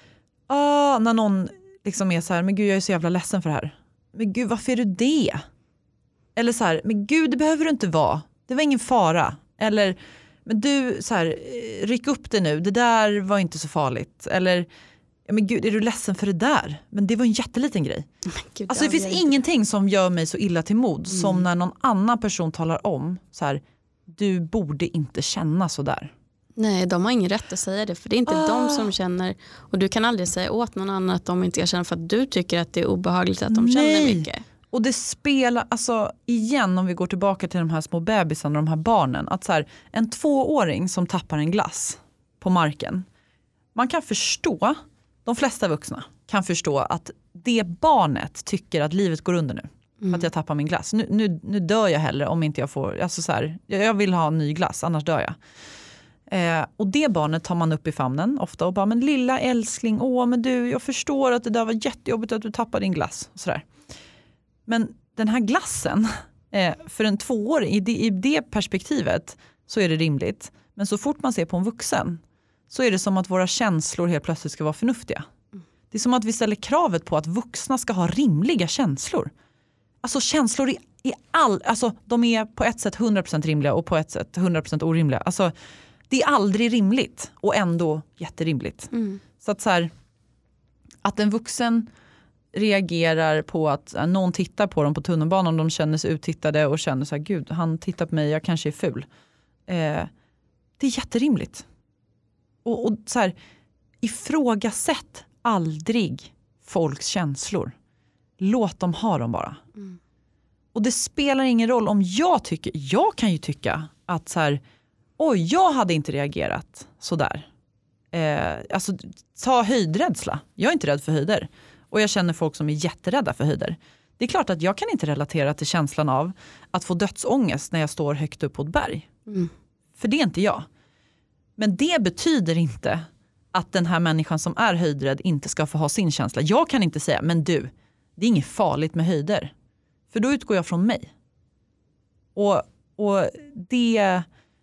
när någon liksom är så här, men gud jag är så jävla ledsen för det här. Men gud, varför är du det? Eller så här, men gud det behöver du inte vara. Det var ingen fara. Eller, men du, så här, ryck upp det nu, det där var inte så farligt. Eller, ja men gud, är du ledsen för det där? Men det var en jätteliten grej.
Gud,
alltså det finns ingenting som gör mig så illa till mod som när någon annan person talar om så här, du borde inte känna så där.
Nej, de har ingen rätt att säga det, för det är inte de som känner, och du kan aldrig säga åt någon annan att de inte ska känna för att du tycker att det är obehagligt att de känner mycket.
Och det spelar, alltså igen om vi går tillbaka till de här små bebisarna och de här barnen, att så här, en 2-åring som tappar en glass på marken, man kan förstå, de flesta vuxna kan förstå att det barnet tycker att livet går under nu. För att jag tappar min glass. Nu dör jag hellre om inte jag får, alltså så här, jag vill ha en ny glass, annars dör jag. Och det barnet tar man upp i famnen ofta och bara, men lilla älskling, men du, jag förstår att det där var jättejobbigt att du tappade din glass. Och så där. Men den här glassen, för en 2-åring, i det perspektivet så är det rimligt. Men så fort man ser på en vuxen så är det som att våra känslor helt plötsligt ska vara förnuftiga. Det är som att vi ställer kravet på att vuxna ska ha rimliga känslor. Alltså känslor alltså de är på ett sätt 100% rimliga och på ett sätt 100% orimliga. Alltså det är aldrig rimligt och ändå jätterimligt. Så att en vuxen reagerar på att någon tittar på dem på tunnelbanan, de känner sig uttittade och känner så här, gud, han tittar på mig, jag kanske är ful. Det är jätterimligt. Och så här, ifrågasätt aldrig folks känslor. Låt dem ha dem bara. Och det spelar ingen roll om jag kan ju tycka att så här, oj, jag hade inte reagerat så där. Alltså ta höjdrädsla. Jag är inte rädd för höjder. Och jag känner folk som är jätterädda för höjder. Det är klart att jag kan inte relatera till känslan av att få dödsångest när jag står högt upp på ett berg. För det är inte jag. Men det betyder inte att den här människan som är höjdrädd inte ska få ha sin känsla. Jag kan inte säga, men du, det är inget farligt med höjder. För då utgår jag från mig. Och det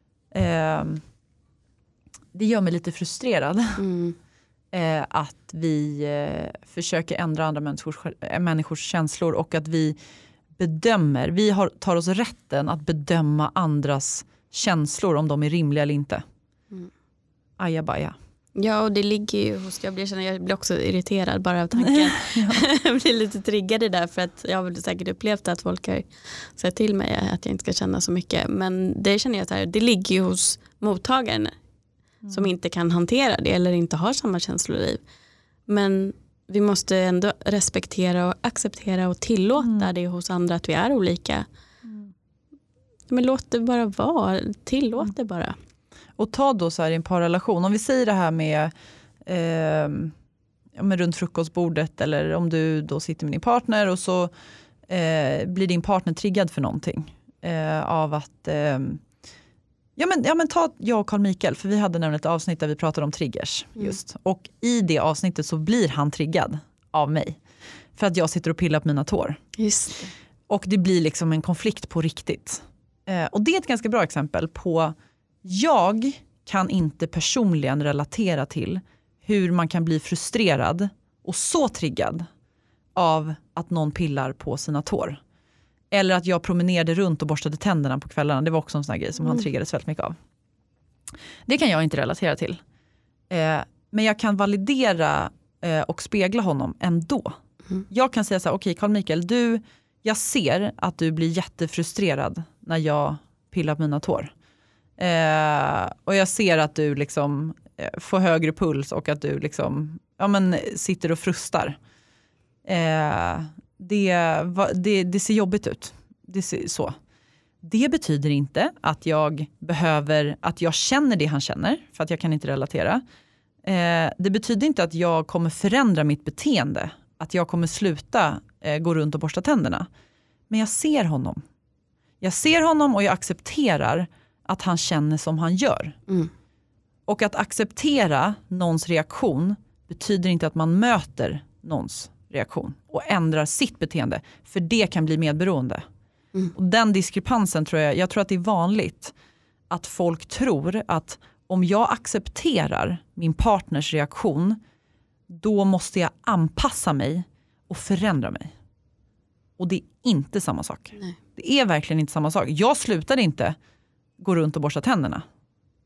gör mig lite frustrerad. Att vi försöker ändra andra människors känslor och att vi bedömer, tar oss rätten att bedöma andras känslor om de är rimliga eller inte. Ajabaja.
Ja, och det ligger ju hos, jag blir också irriterad bara av tanken. Jag blir lite triggad i det, för att jag har väl säkert upplevt att folk har sagt till mig att jag inte ska känna så mycket. Men det känner jag att det ligger ju hos mottagaren som inte kan hantera det eller inte har samma känsloliv. Men vi måste ändå respektera och acceptera och tillåta det hos andra att vi är olika. Men låt det bara vara, tillåt det bara.
Och ta då så här i en parrelation, om vi säger det här med runt frukostbordet, eller om du då sitter med din partner och så blir din partner triggad för någonting av att ta jag och Carl Mikael, för vi hade nämligen ett avsnitt där vi pratade om triggers just. Och i det avsnittet så blir han triggad av mig för att jag sitter och pillar på mina tår.
Just det.
Och det blir liksom en konflikt på riktigt. Och det är ett ganska bra exempel på, jag kan inte personligen relatera till hur man kan bli frustrerad och så triggad av att någon pillar på sina tår. Eller att jag promenerade runt och borstade tänderna på kvällarna. Det var också en sån här grej som han triggades väldigt mycket av. Det kan jag inte relatera till. Men jag kan validera och spegla honom ändå. Jag kan säga så här, okej Carl Mikael, jag ser att du blir jättefrustrerad när jag pillar på mina tår. Och jag ser att du liksom får högre puls och att du liksom, sitter och frustar. Det ser jobbigt ut. Det ser så. Det betyder inte att att jag känner det han känner, för att jag kan inte relatera. Det betyder inte att jag kommer förändra mitt beteende, att jag kommer sluta gå runt och borsta tänderna. Men jag ser honom. Jag ser honom och jag accepterar att han känner som han gör. Och att acceptera någons reaktion betyder inte att man möter någons reaktion och ändrar sitt beteende. För det kan bli medberoende. Och den diskrepansen tror jag tror att det är vanligt att folk tror att om jag accepterar min partners reaktion, då måste jag anpassa mig och förändra mig. Och det är inte samma sak.
Nej.
Det är verkligen inte samma sak. Jag slutade inte gå runt och borsta tänderna.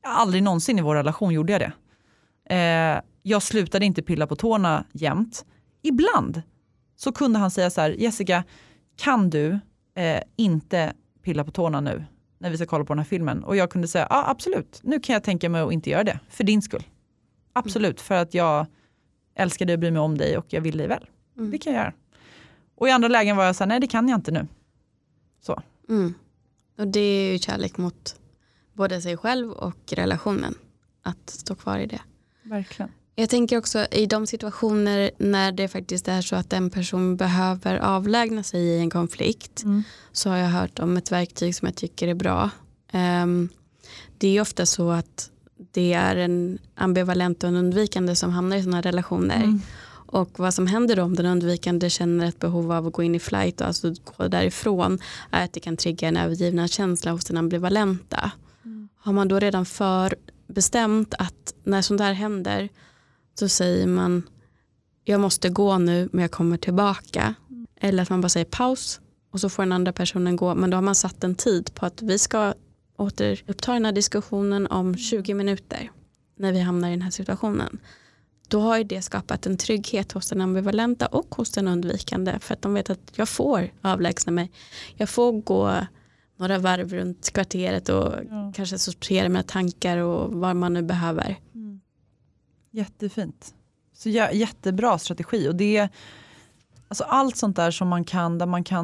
Aldrig någonsin i vår relation gjorde jag det. Jag slutade inte pilla på tårna jämt. Ibland så kunde han säga så här: Jessica, kan du inte pilla på tårna nu när vi ska kolla på den här filmen? Och jag kunde säga, ja absolut, nu kan jag tänka mig att inte göra det, för din skull. Absolut, för att jag älskar dig och bryr mig om dig och jag vill dig väl. Det kan jag göra. Och i andra lägen var jag så här, nej det kan jag inte nu. Så.
Och det är ju kärlek mot både sig själv och relationen. Att stå kvar i det.
Verkligen.
Jag tänker också i de situationer när det faktiskt är så att en person behöver avlägna sig i en konflikt. Så har jag hört om ett verktyg som jag tycker är bra. Det är ofta så att det är en ambivalent och en undvikande som hamnar i sådana relationer. Och vad som händer då om den undvikande känner ett behov av att gå in i flight och alltså gå därifrån, är att det kan trigga en övergivna känsla hos den ambivalenta. Har man då redan bestämt att när sånt här händer så säger man, jag måste gå nu men jag kommer tillbaka. Eller att man bara säger paus och så får den andra personen gå. Men då har man satt en tid på att vi ska återuppta den här diskussionen om 20 minuter när vi hamnar i den här situationen. Då har ju det skapat en trygghet hos den ambivalenta och hos den undvikande. För att de vet att jag får avlägsna mig. Jag får gå några varv runt kvarteret och kanske sortera mina tankar och vad man nu behöver.
Jättefint. Så jättebra strategi. Och det är alltså allt sånt där som man kan,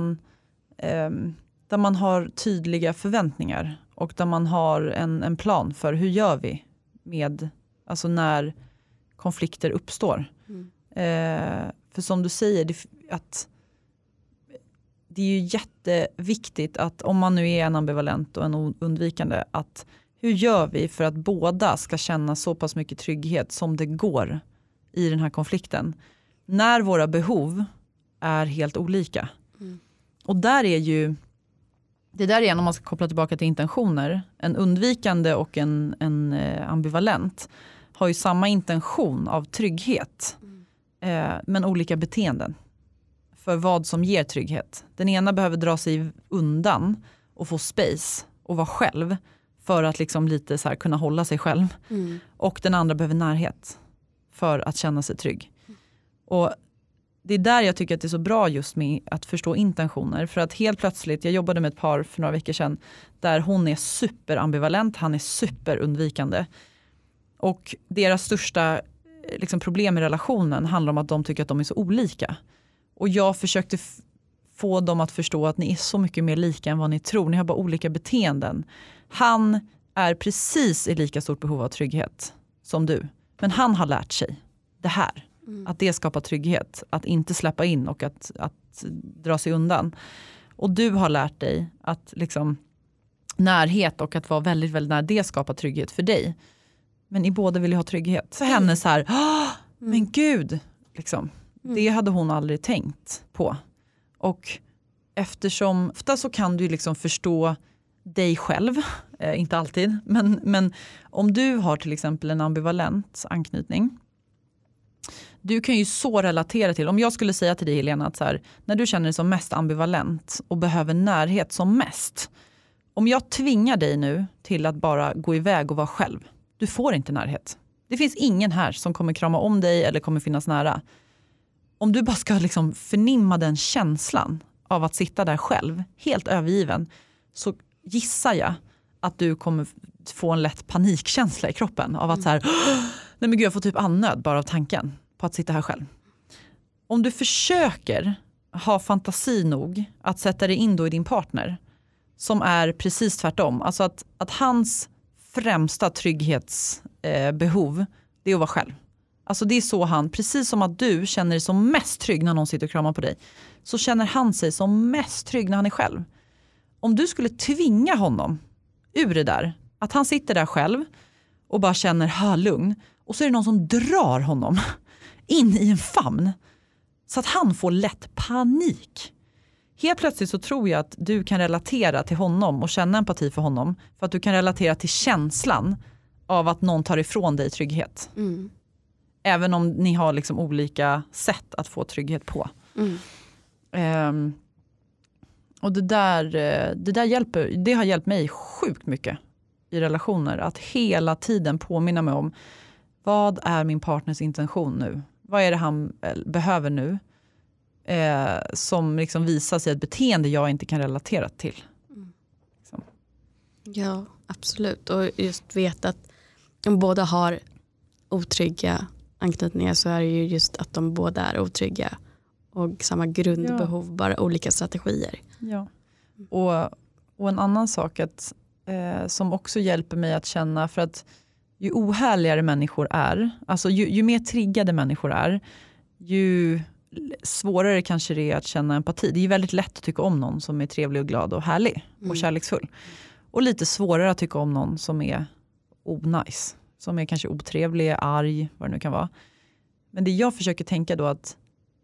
där man har tydliga förväntningar och där man har en plan för hur gör vi med, alltså när konflikter uppstår. För som du säger, att det är ju jätteviktigt att om man nu är en ambivalent och en undvikande, att hur gör vi för att båda ska känna så pass mycket trygghet som det går i den här konflikten. När våra behov är helt olika. Och där är ju, det där är, om man ska koppla tillbaka till intentioner, en undvikande och en ambivalent har ju samma intention av trygghet, men olika beteenden för vad som ger trygghet. Den ena behöver dra sig undan och få space och vara själv för att liksom lite så här kunna hålla sig själv. Och den andra behöver närhet för att känna sig trygg. Och det är där jag tycker att det är så bra just med att förstå intentioner. För att helt plötsligt, jag jobbade med ett par för några veckor sedan där hon är superambivalent, han är superundvikande. Och deras största liksom, problem i relationen handlar om att de tycker att de är så olika. Och jag försökte få dem att förstå att ni är så mycket mer lika än vad ni tror. Ni har bara olika beteenden. Han är precis i lika stort behov av trygghet som du. Men han har lärt sig det här. Att det skapar trygghet. Att inte släppa in och att dra sig undan. Och du har lärt dig att liksom, närhet och att vara väldigt, väldigt nära, det skapar trygghet för dig. Men i båda vill jag ha trygghet. För henne så här, men gud, liksom. Det hade hon aldrig tänkt på. Och eftersom, ofta så kan du liksom förstå dig själv, inte alltid. Men om du har till exempel en ambivalent anknytning, du kan ju så relatera till, om jag skulle säga till dig Helena att så här, när du känner dig som mest ambivalent och behöver närhet som mest, om jag tvingar dig nu till att bara gå iväg och vara själv, du får inte närhet. Det finns ingen här som kommer krama om dig eller kommer finnas nära. Om du bara ska liksom förnimma den känslan av att sitta där själv, helt övergiven, så gissar jag att du kommer få en lätt panikkänsla i kroppen av att så här, nej men gud, jag får typ annöd bara av tanken på att sitta här själv. Om du försöker ha fantasi nog att sätta dig in då i din partner som är precis tvärtom, alltså att hans främsta trygghetsbehov, det är att vara själv. Alltså det är så han, precis som att du känner dig som mest trygg när någon sitter och kramar på dig, så känner han sig som mest trygg när han är själv. Om du skulle tvinga honom ur det där, att han sitter där själv och bara känner lugn, och så är det någon som drar honom in i en famn så att han får lätt panik. Helt plötsligt så tror jag att du kan relatera till honom och känna empati för honom, för att du kan relatera till känslan av att någon tar ifrån dig trygghet. Även om ni har liksom olika sätt att få trygghet på. Och det där hjälper, det har hjälpt mig sjukt mycket i relationer. Att hela tiden påminna mig om vad är min partners intention nu? Vad är det han behöver nu? Som liksom visar sig ett beteende jag inte kan relatera till. Liksom.
Ja, absolut. Och just veta att de båda har otrygga anknytningar, så är det ju just att de båda är otrygga och samma grundbehov, bara olika strategier.
Ja. Och en annan sak att, som också hjälper mig att känna, för att ju ohärligare människor är, alltså ju mer triggade människor är, ju svårare kanske det är att känna empati. Det är ju väldigt lätt att tycka om någon som är trevlig och glad och härlig och kärleksfull. Och lite svårare att tycka om någon som är onajs. Som är kanske otrevlig, arg, vad det nu kan vara. Men det jag försöker tänka då att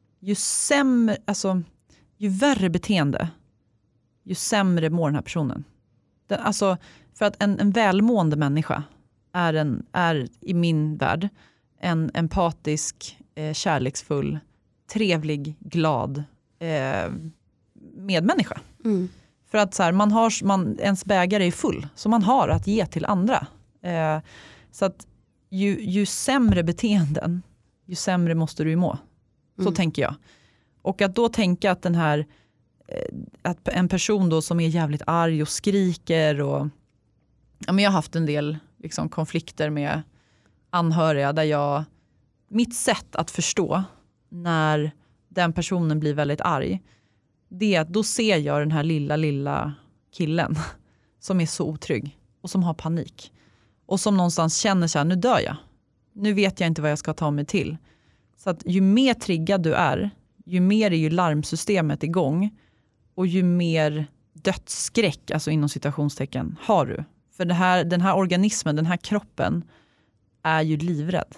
ju värre beteende, ju sämre mår den här personen. För att en välmående människa är i min värld en empatisk, kärleksfull, trevlig, glad medmänniska. För att så här, ens bägare är full, så man har att ge till andra. Så att ju sämre beteenden, ju sämre måste du ju må. Så tänker jag. Och att då tänka att att en person då som är jävligt arg och skriker och men jag har haft en del liksom konflikter med anhöriga där mitt sätt att förstå när den personen blir väldigt arg, det är att då ser jag den här lilla killen som är så otrygg och som har panik och som någonstans känner så här, nu dör jag. Nu vet jag inte vad jag ska ta mig till. Så att ju mer triggad du är, ju mer är ju larmsystemet igång och ju mer dödsskräck, alltså inom citationstecken, har du. För den här organismen, den här kroppen är ju livrädd.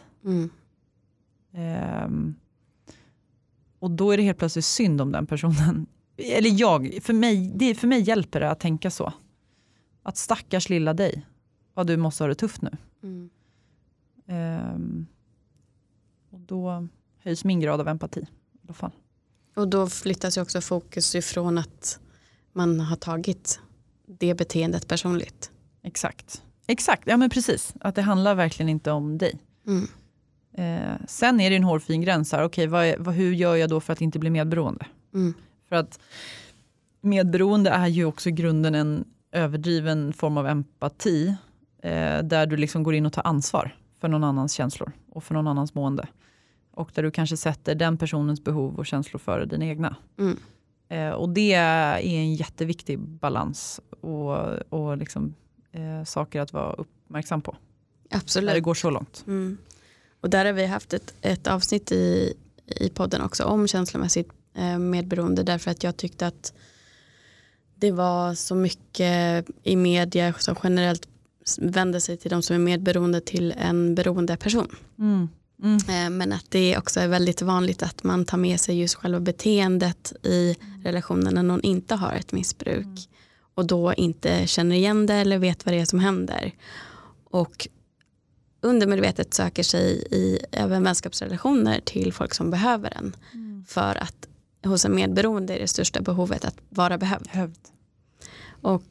Och då är det helt plötsligt synd om den personen. Eller för mig hjälper det att tänka så. Att stackars lilla dig, vad du måste ha det tufft nu. Och då höjs min grad av empati i alla fall.
Och då flyttas ju också fokus ifrån att man har tagit det beteendet personligt.
Exakt, ja men precis. Att det handlar verkligen inte om dig. Sen är det en hårfin gräns här. Okej, hur gör jag då för att inte bli medberoende? För att medberoende är ju också i grunden en överdriven form av empati. Där du liksom går in och tar ansvar för någon annans känslor och för någon annans mående. Och där du kanske sätter den personens behov och känslor före dina egna. Och det är en jätteviktig balans och liksom, saker att vara uppmärksam på.
Absolut.
När det går så långt.
Och där har vi haft ett avsnitt i podden också om känslomässigt medberoende, därför att jag tyckte att det var så mycket i media som generellt vänder sig till de som är medberoende till en beroende person. Men att det också är väldigt vanligt att man tar med sig just själva beteendet i relationen när någon inte har ett missbruk och då inte känner igen det eller vet vad det är som händer. Och undermedvetet söker sig i även vänskapsrelationer till folk som behöver en. För att hos en medberoende är det största behovet att vara behövd. Och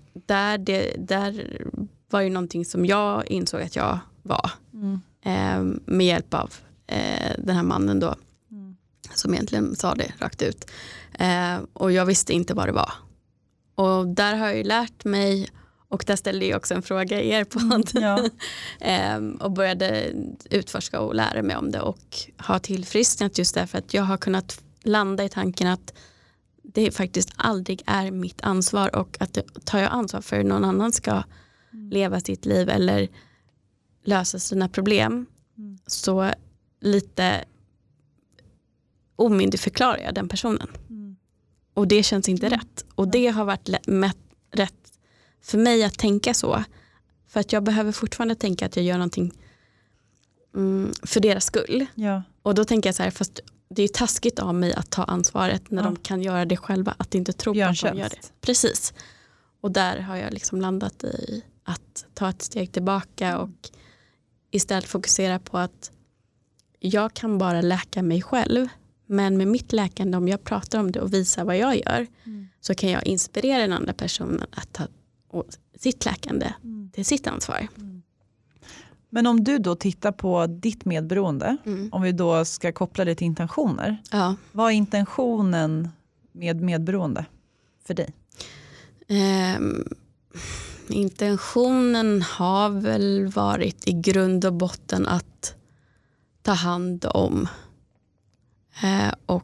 där var ju någonting som jag insåg att jag var. Med hjälp av den här mannen då. Som egentligen sa det rakt ut. Och jag visste inte vad det var. Och där har jag ju lärt mig. Och där ställde jag också en fråga i er podd. Och började utforska och lära mig om det. Och ha tillfrisknat just därför att jag har kunnat landa i tanken att det faktiskt aldrig är mitt ansvar. Och att tar jag ansvar för någon annan ska leva sitt liv eller lösa sina problem, så lite omyndigförklarar jag den personen. Och det känns inte rätt. Och det har varit rätt för mig att tänka så. För att jag behöver fortfarande tänka att jag gör någonting för deras skull. Och då tänker jag så här, fast det är ju taskigt av mig att ta ansvaret när de kan göra det själva. Att inte tro på att de gör det. Precis. Och där har jag liksom landat i att ta ett steg tillbaka och istället fokusera på att jag kan bara läka mig själv. Men med mitt läkande, om jag pratar om det och visar vad jag gör, så kan jag inspirera den andra personen att ta sitt läkande Det är sitt ansvar.
Men om du då tittar på ditt medberoende, om vi då ska koppla det till intentioner.
Ja.
Vad är intentionen med medberoende för dig?
Intentionen har väl varit i grund och botten att ta hand om och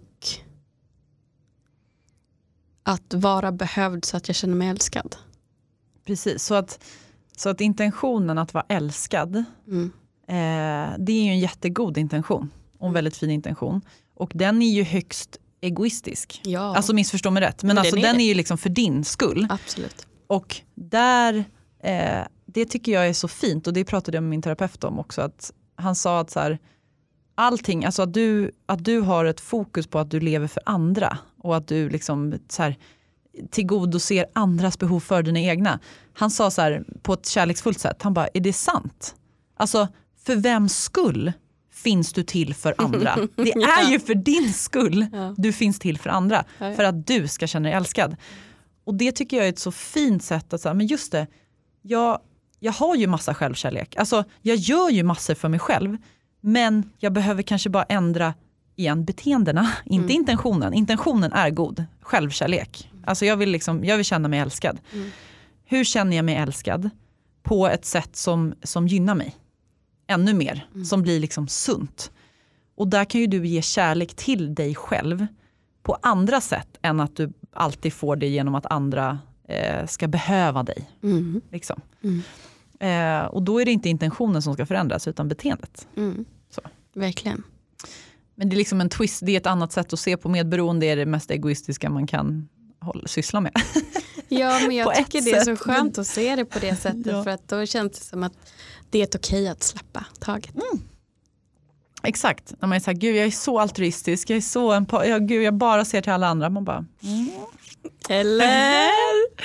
att vara behövd så att jag känner mig älskad.
Precis, så att intentionen att vara älskad, det är ju en jättegod intention och en väldigt fin intention. Och den är ju högst egoistisk.
Ja.
Alltså missförstå mig rätt, men alltså den är ju liksom för din skull.
Absolut.
Och där, det tycker jag är så fint, och det pratade jag med min terapeut om också, att han sa att så här, allting, alltså att du har ett fokus på att du lever för andra och att du liksom så här tillgodoser andras behov för dina egna. Han sa så här på ett kärleksfullt sätt, han bara, är det sant? Alltså, för vems skull finns du till för andra? Det är ju för din skull du finns till för andra. För att du ska känna dig älskad. Och det tycker jag är ett så fint sätt att säga, men just det, jag har ju massa självkärlek. Alltså, jag gör ju massor för mig själv. Men jag behöver kanske bara ändra igen beteendena, inte intentionen. Intentionen är god, självkärlek. Alltså jag vill känna mig älskad. Hur känner jag mig älskad? På ett sätt som gynnar mig. Ännu mer, som blir liksom sunt. Och där kan ju du ge kärlek till dig själv på andra sätt än att du alltid får det genom att andra ska behöva dig. Liksom. Och då är det inte intentionen som ska förändras utan beteendet. Så.
Verkligen.
Men det är liksom en twist, det är ett annat sätt att se på medberoende, är det mest egoistiska man kan syssla med.
Ja, men jag tycker det är så skönt att se det på det sättet för att då känns det som att det är ett okej att släppa taget.
Exakt, när man är så här, gud jag är så altruistisk, jag är så gud jag bara ser till alla andra, man bara
eller?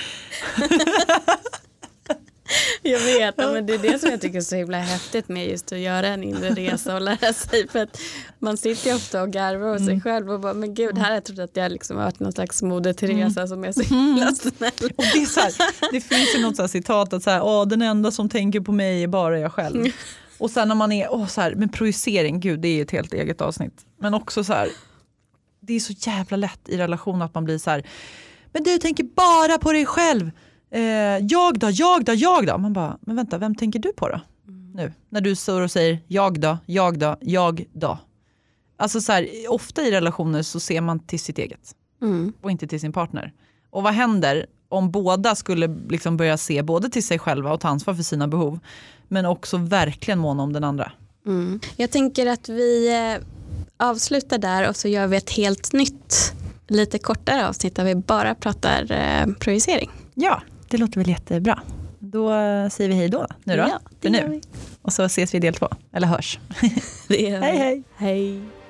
Jag vet, men det är det som jag tycker är så himla häftigt med just att göra en inre resa och lära sig, för att man sitter ju ofta och garvar åt sig själv och bara, men gud, här har jag trott att jag liksom har varit någon slags Moder Teresa som är så himla snäll.
Och det är så här, det finns ju något så här citat att så här, den enda som tänker på mig är bara jag själv. Och sen när man är så här, med projicering, gud det är ett helt eget avsnitt. Men också så här, det är så jävla lätt i relation att man blir så här, men du tänker bara på dig själv. Jag då. Man bara, men vänta, vem tänker du på då? Nu, när du står och säger jag då. Alltså så här, ofta i relationer så ser man till sitt eget. Och inte till sin partner. Och vad händer om båda skulle liksom börja se både till sig själva och ta ansvar för sina behov, men också verkligen måna om den andra?
Jag tänker att vi avslutar där och så gör vi ett helt nytt, lite kortare avsnitt där vi bara pratar projicering.
Ja, det låter väl jättebra. Då säger vi hej då nu då.
Ja,
för nu. Och så ses vi i del 2. Eller hörs.
Det gör vi.
Hej.
Hej.